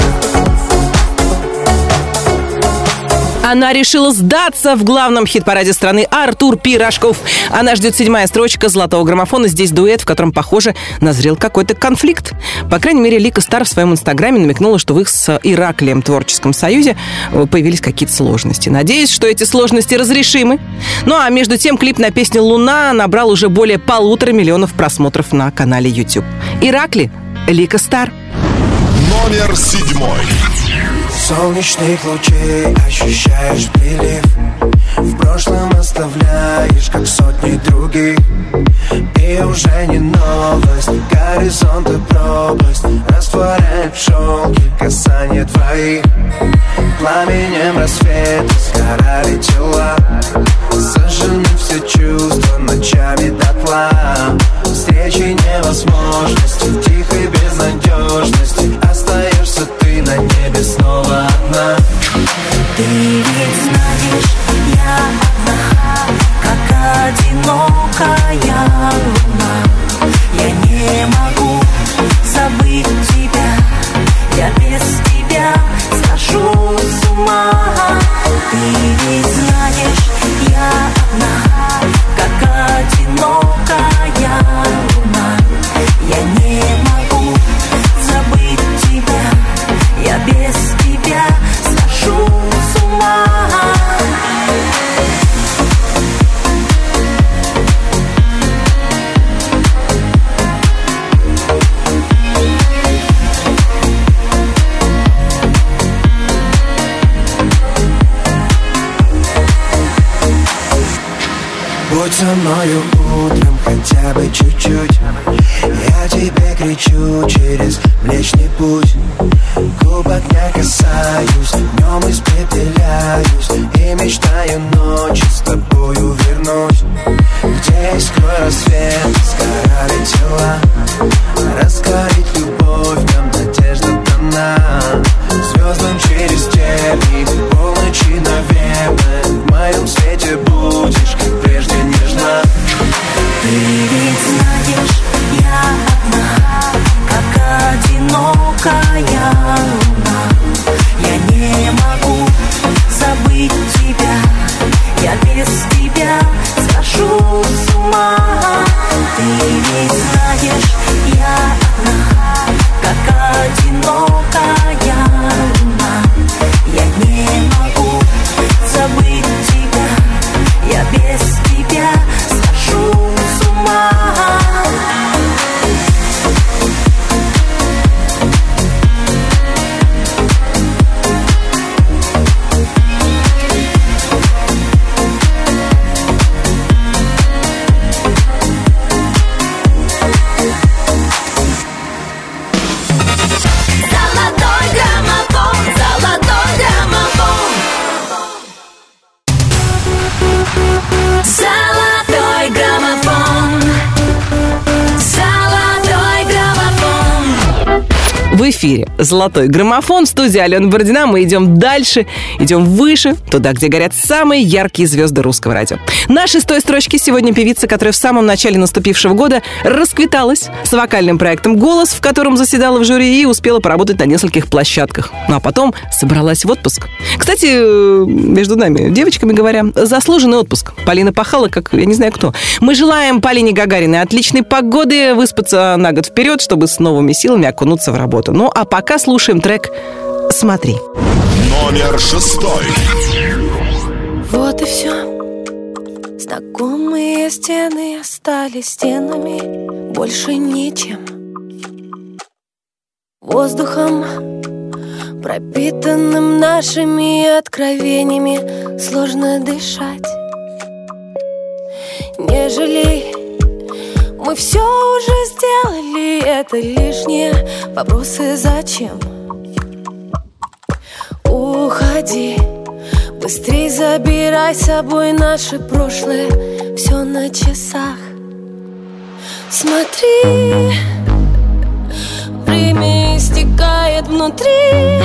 Она решила сдаться в главном хит-параде страны Артур Пирожков. Она ждет седьмая строчка золотого граммофона. Здесь дуэт, в котором, похоже, назрел какой-то конфликт. По крайней мере, Лика Стар в своем инстаграме намекнула, что в их с Ираклием творческом союзе появились какие-то сложности. Надеюсь, что эти сложности разрешимы. Ну а между тем, клип на песню «Луна» набрал уже более полутора миллионов просмотров на канале YouTube. Иракли, Лика Стар. Номер седьмой. Солнечных лучей ощущаешь прилив, в прошлом оставляешь, как сотни других. И уже не новость, горизонт и пропасть растворяет в шелке касание твоих. Пламенем рассвета сгорали тела, сожжены все чувства ночами дотла. Встречи невозможности, в тихой безнадежности остаешься ты на небе снова одна. Ты ведь знаешь, я одна, как одинокая луна. Я не могу забыть тебя, я без тебя схожу с ума. Ты ведь знаешь, я одна, как одинокая луна. Я не могу забыть тебя, я без тебя схожу с ума. Будь со мною утром хотя бы чуть-чуть, я тебе кричу через Млечный Путь. Губ огня касаюсь, днем испепеляюсь и мечтаю ночью с тобою вернуть. Где искрой рассвет сгорали тела, раскалить любовь нам надежда дана. Звездам через тернии, полночи, наверное, в моем свете будешь, как прежде, нежна. Ты ведь знаешь, я одна, как одинокая луна. Я не могу забыть тебя, я без тебя схожу с ума. Ты ведь знаешь, я одна, как одинокая луна. Я не могу забыть тебя, я без тебя схожу с ума. В эфире «Золотой граммофон», в студии Алена Бородина. Мы идем дальше, идем выше, туда, где горят самые яркие звезды русского радио. На шестой строчке сегодня певица, которая в самом начале наступившего года расквиталась с вокальным проектом «Голос», в котором заседала в жюри и успела поработать на нескольких площадках. Ну а потом собралась в отпуск. Кстати, между нами, девочками говоря, заслуженный отпуск. Полина пахала, как я не знаю кто. Мы желаем Полине Гагариной отличной погоды, выспаться на год вперед, чтобы с новыми силами окунуться в работу. Ну а пока слушаем трек «Смотри». Номер шестой. Вот и все. Знакомые стены остались стенами, больше ничем. Воздухом, пропитанным нашими откровениями, сложно дышать. Не жалей, мы все уже сделали, это лишние вопросы зачем. Уходи, быстрей забирай с собой наше прошлое, все на часах. Смотри, время истекает внутри,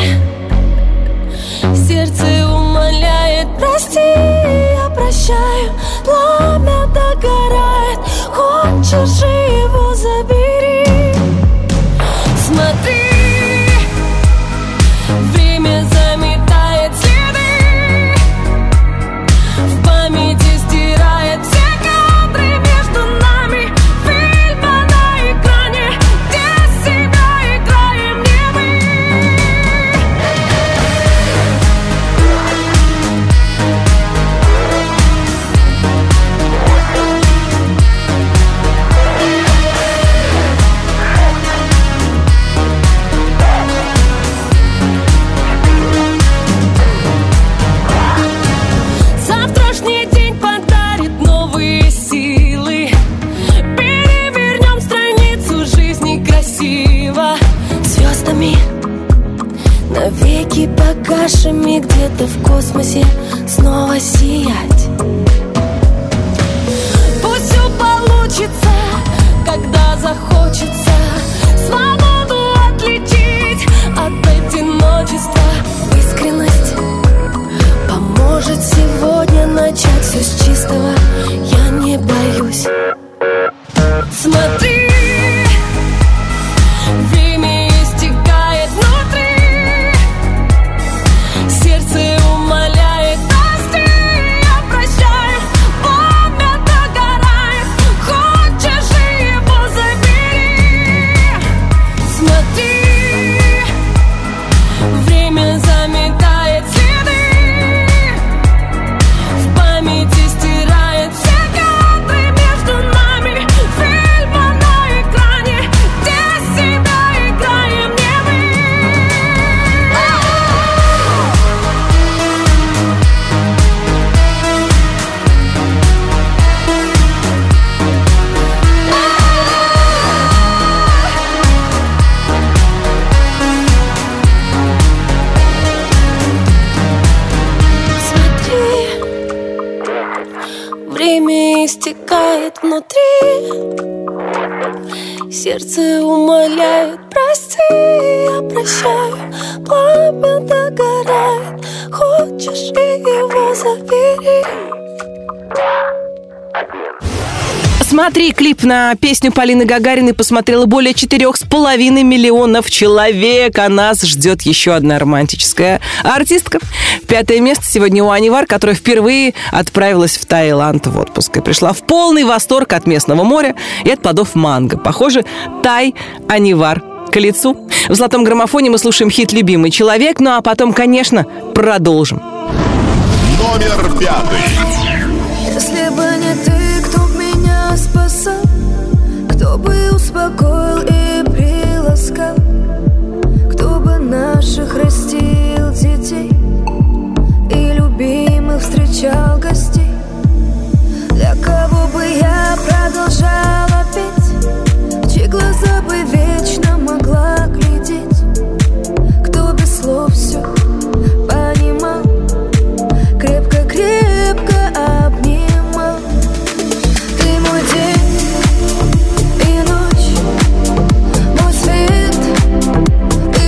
сердце умоляет, прости, я прощаю. Пламя догорает, хочешь же его забери. Смотри, время заметает следы, в памяти стирает все кадры между нами. Фильма на экране, где себя играем не мы. Завтрашний день подарит новые силы, перевернем страницу жизни красиво. Звездами навеки погашими, где-то в космосе снова сиять. Пусть все получится, когда захочется свободу отличить от одиночества. Искренность поможет сегодня начать все с чистого, я не боюсь. Смотри, время истекает внутри, сердце умоляет, прости, я прощаю. Пламя догорает, хочешь же его забери. Смотри, время заметает следы, в памяти стирает все кадры между нами. Фильма на экране, где себя играем не мы. Смотри, время истекает внутри, сердце умоляет, прости, я прощаю. Пламя догорает, хочешь и его забери. Смотри, клип на песню Полины Гагариной посмотрело более четырех с половиной миллионов человек, а нас ждет еще одна романтическая артистка. Пятое место сегодня у Анивар, которая впервые отправилась в Таиланд в отпуск и пришла в полный восторг от местного моря и от плодов манго. Похоже, Тай, Анивар к лицу. В «Золотом граммофоне» мы слушаем хит «Любимый человек», ну а потом, конечно, продолжим. Номер пятый. Если бы не ты, кто б меня спасал, кто бы успокоил и приласкал, кто бы наших растил детей и любимых встречал гостей, для кого бы я продолжала петь, в чьи глаза бы вечно могла глядеть, кто без слов все понимал, крепко-крепко обнимал. Ты мой день и ночь, мой свет, ты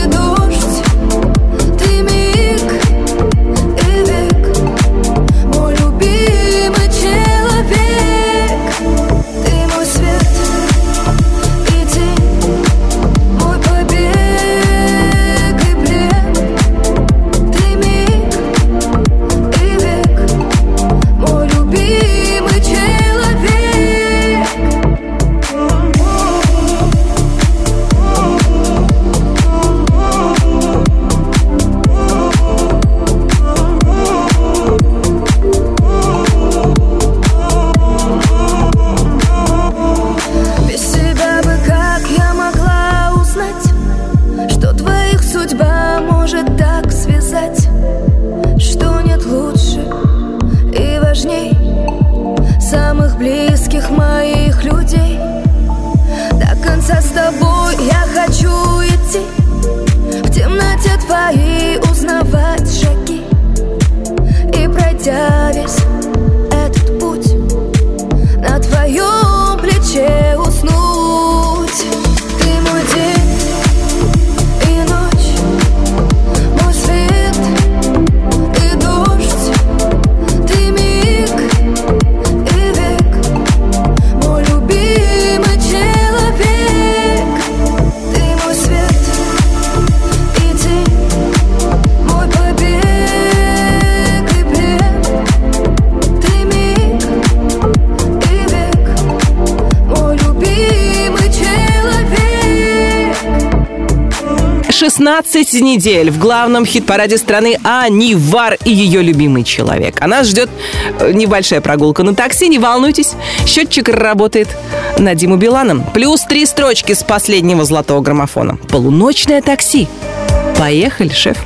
шестнадцать недель в главном хит-параде страны Анивар и ее любимый человек. А нас ждет небольшая прогулка на такси, не волнуйтесь. Счетчик работает на Диму Биланом. Плюс три строчки с последнего золотого граммофона. Полуночное такси. Поехали, шеф.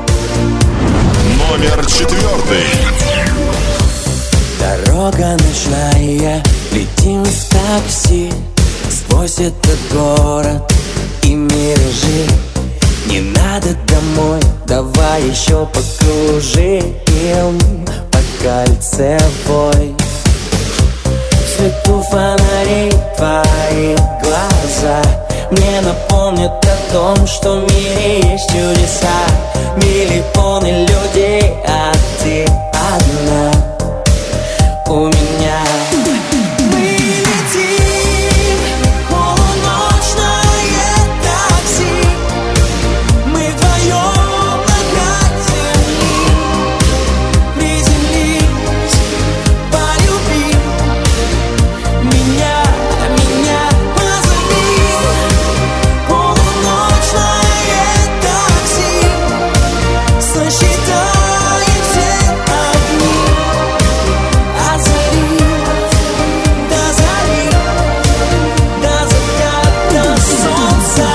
Номер четвертый. Дорога ночная, летим в такси сквозь этот город и миражи. Не надо домой, давай еще покружим по кольцевой. В свету фонарей твои глаза мне напомнят о том, что в мире есть чудеса. Миллионы людей, а ты одна у меня. Мы летим, полуночное такси. Мы вдвоем на край земли. Приземлись, полюби меня, меня позови. Полуночное такси. Сосчитаем все огни. От зари до зари, до заката солнца.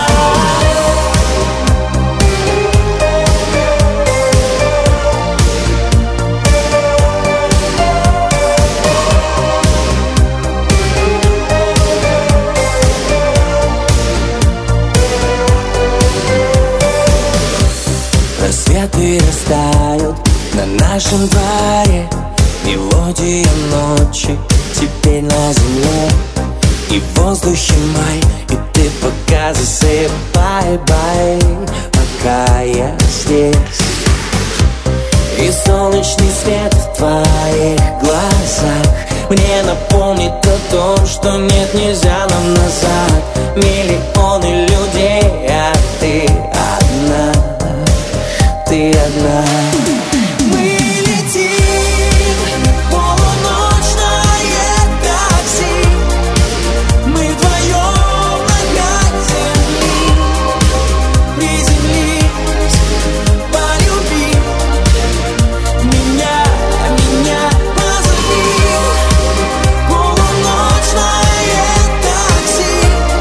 Рассветы растают на нашем дворе. Мелодия ночи теперь на земле. И в воздухе май, и ты пока засыпай, бай, пока я здесь. И солнечный свет в твоих глазах мне напомнит о том, что нет, нельзя нам назад. Миллионы людей, а ты одна, ты одна. Мы летим, полуночное такси. Мы вдвоем на край земли. Приземлись, полюби меня, меня позови. Полуночное такси.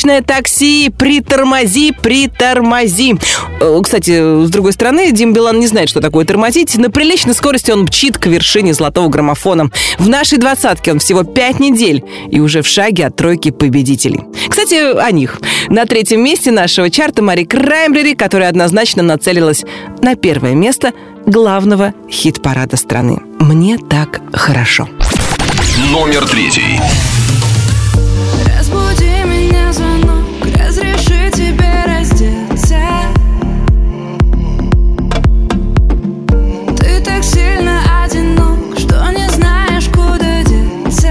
личное такси, притормози, притормози. Кстати, с другой стороны, Дим Билан не знает, что такое тормозить. На приличной скорости он мчит к вершине золотого граммофона. В нашей двадцатке он всего пять недель и уже в шаге от тройки победителей. Кстати, о них. На третьем месте нашего чарта Мари Краймбрери, которая однозначно нацелилась на первое место главного хит-парада страны. «Мне так хорошо». Номер третий. Разбуди меня звонок, разреши тебе раздеться. Ты так сильно одинок, что не знаешь, куда деться.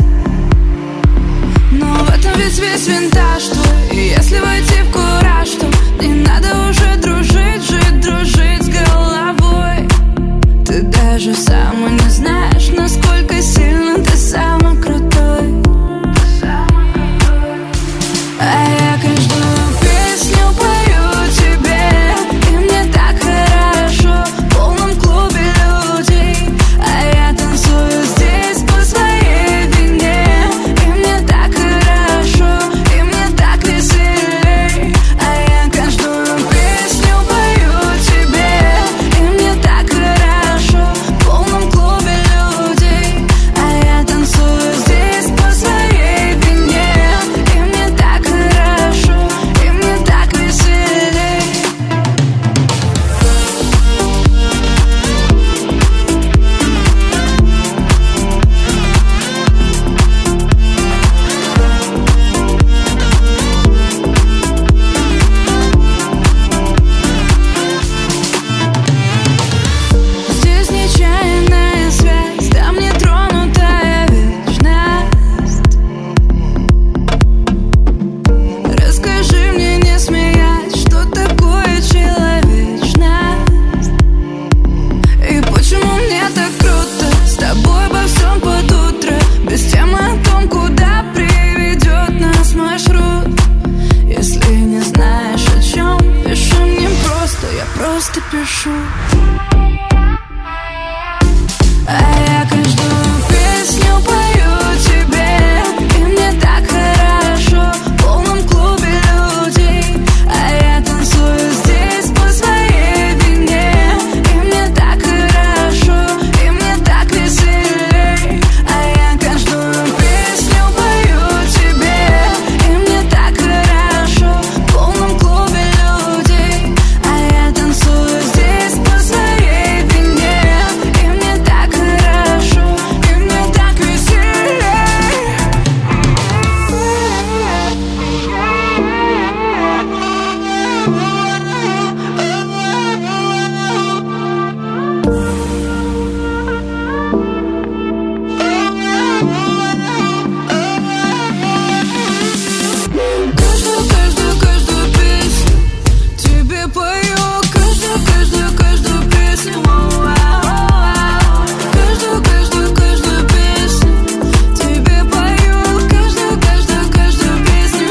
Но в этом весь весь винтаж твой. И если войти в кураж, то не надо уже дружить, жить, дружить с головой. Ты даже сам и не знаешь, насколько сильно ты самый крутой. А я каждую песню пою тебе, и мне так хорошо в полном клубе людей. А я танцую здесь по своей вине, и мне так хорошо, и мне так веселей. А я каждую песню пою тебе, и мне так хорошо в полном клубе людей. А я танцую здесь по своей вине, и мне так хорошо, и мне так веселей. Здесь нечаянная связь, там нетронутая вечность. Расскажи мне, не смеясь, что такое человечность. И почему мне так круто с тобой обо всем под утро, без темы о том, куда приведет нас маршрут. Если не знаешь, о чем, пиши мне просто, я просто пишу. А я каждую песню пою тебе, и мне так хорошо в полном клубе людей. А я танцую здесь по своей вине, и мне так хорошо, и мне так веселей. А я каждую песню пою тебе, и мне так хорошо в полном клубе людей. А я танцую здесь по своей вине, и мне так хорошо, и мне так веселей. Каждую, каждую, каждую песню тебе пою, каждую, каждую, каждую песню. Каждую, каждую, каждую песню тебе пою, каждую, каждую, каждую песню.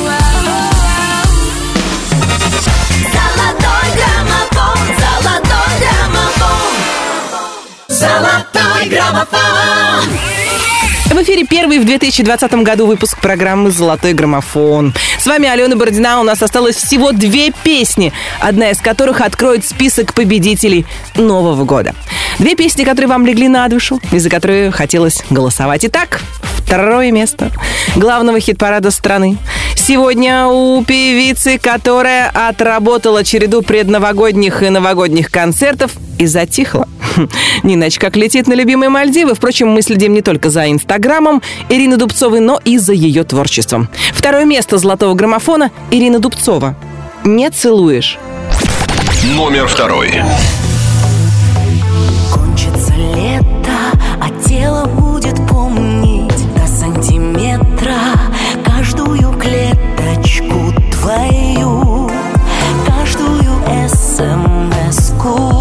Золотой граммофон, золотой граммофон, золотой граммофон. В эфире первый в две тысячи двадцатом году выпуск программы «Золотой граммофон». С вами Алена Бородина. У нас осталось всего две песни, одна из которых откроет список победителей Нового года. Две песни, которые вам легли на душу, и за которые хотелось голосовать. Итак, второе место главного хит-парада страны. Сегодня у певицы, которая отработала череду предновогодних и новогодних концертов и затихла. Не иначе, как летит на любимые Мальдивы. Впрочем, мы следим не только за инстаграмом Ирины Дубцовой, но и за ее творчеством. Второе место золотого граммофона Ирина Дубцова. «Не целуешь». Номер второй. Кончится лето, а тело будет помнить до сантиметра каждую клеточку твою, каждую смс-ку.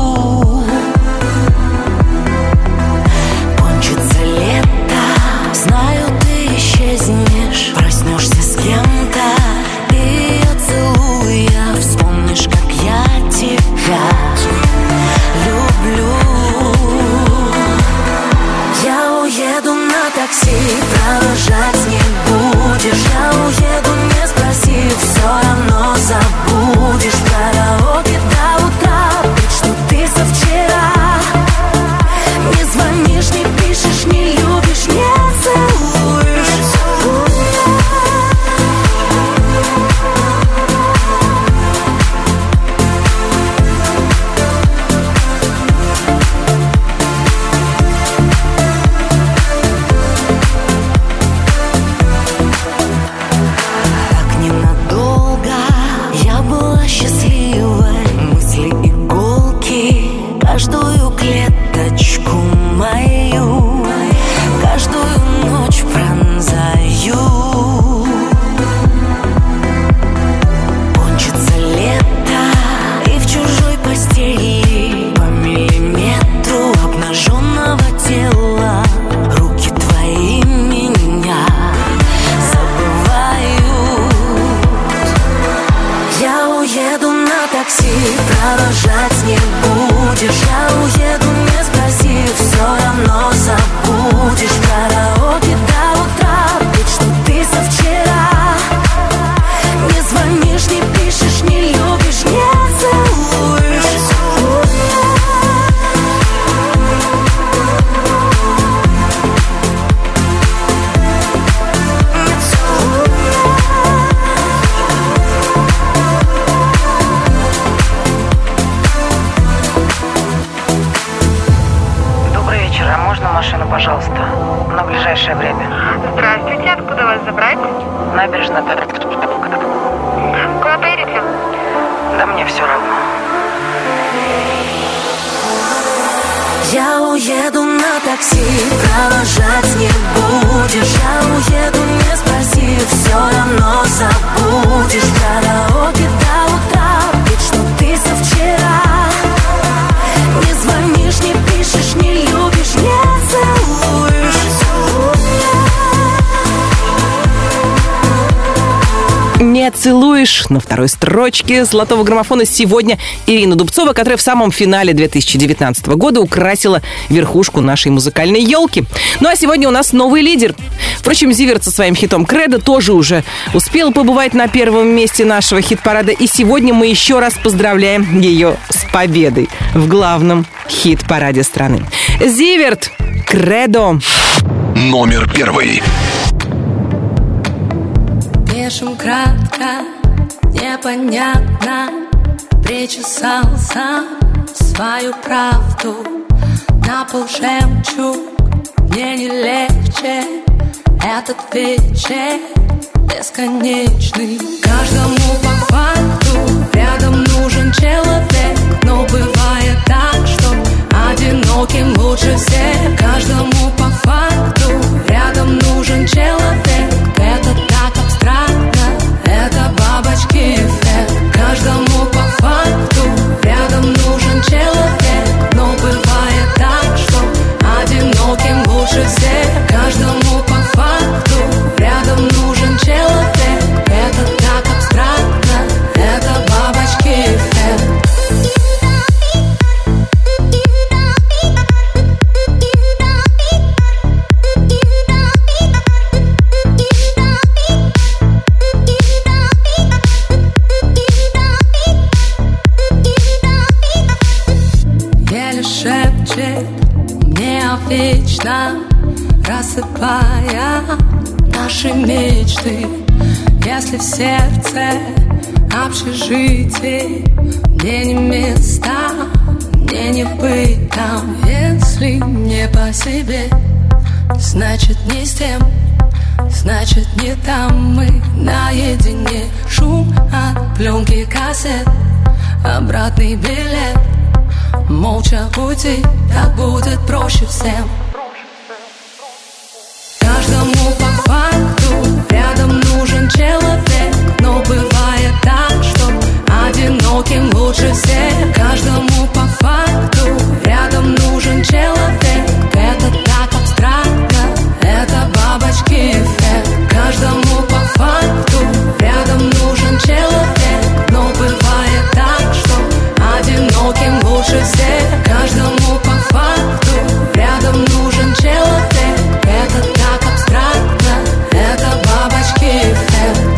Кончится лето, знаю, ты исчезнешь, проснешься с кем-то, и целуя вспомнишь, как я тебя люблю. Я уеду на такси, провожать не будешь. Я уеду, не спросив. каждую клеточку мою, каждую ночь пронзаю. Кончится лето, и в чужой постели по миллиметру обнаженного тела руки твои меня забывают. Я уеду на такси, провожать не будешь. Я уеду, не спросив, все равно забудешь. Караоке до утра, ведь что ты со вчера. Не звонишь, не пишешь, не любишь, не целуешь. Добрый вечер, а можно машину, пожалуйста, на ближайшее время? Здравствуйте, откуда вас забрать? Набережная. Куда поедете? Да мне все равно. Я уеду на такси, провожать не будешь. Я уеду, не спросив, все равно забудешь. Караоке до утра, ведь что ты со вчера. Не звонишь, не пишешь, не любишь, не целуешь. Не целуешь на второй строчке золотого граммофона сегодня Ирина Дубцова, которая в самом финале две тысячи девятнадцатого года украсила верхушку нашей музыкальной елки. Ну а сегодня у нас новый лидер. Впрочем, Зиверт со своим хитом «Кредо» тоже уже успел побывать на первом месте нашего хит-парада. И сегодня мы еще раз поздравляем ее с победой в главном хит-параде страны. Зиверт, «Кредо». Номер первый. Пишем кратко, непонятно. Причесался свою правду. На пол жемчуг, мне не легче. Этот вечер бесконечный. Каждому по факту рядом нужен человек. Но бывает так, что одиноким лучше всех. Каждому по факту рядом нужен человек. Это так абстрактно, это бабочки эффект. Каждому по факту рядом нужен человек. Но бывает так, что одиноким лучше всех. Каждому по факту рядом нужен человек. Это так абстрактно, это бабочки эффект. Шепчет мне о вечном, рассыпая наши мечты. Если в сердце общежитие, мне не места, мне не быть там. Если не по себе, значит не с тем, значит не там. Мы наедине, шум от пленки кассет, обратный билет. Молча уйти, так будет проще всем. Каждому по факту рядом нужен человек. Но бывает так, что одиноким лучше всех. Каждому по факту рядом нужен человек. Это так абстрактно, это бабочки эффект. Каждому по факту рядом нужен человек. Но бывает так, что одиноким лучше всех. Каждому по факту рядом нужен человек. Это так абстрактно, это бабочки эффект.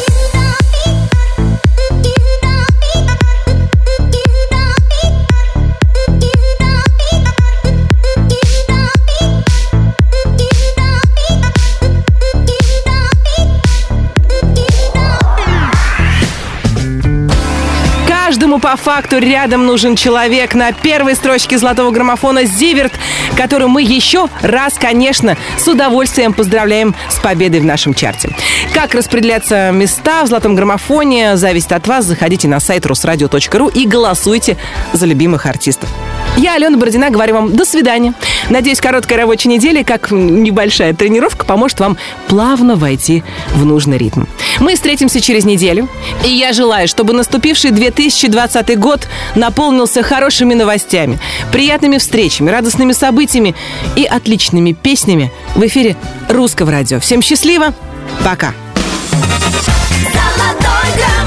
Каждому по факту рядом нужен человек. На первой строчке золотого граммофона Зиверт, которую мы еще раз, конечно, с удовольствием поздравляем с победой в нашем чарте. Как распределяться места в золотом граммофоне, зависит от вас. Заходите на сайт русрадио точка ру и голосуйте за любимых артистов. Я, Алена Бородина, говорю вам до свидания. Надеюсь, короткая рабочая неделя, как небольшая тренировка, поможет вам плавно войти в нужный ритм. Мы встретимся через неделю, и я желаю, чтобы наступивший две тысячи двадцатый год наполнился хорошими новостями, приятными встречами, радостными событиями и отличными песнями в эфире Русского радио. Всем счастливо, пока! Золотой граммофон.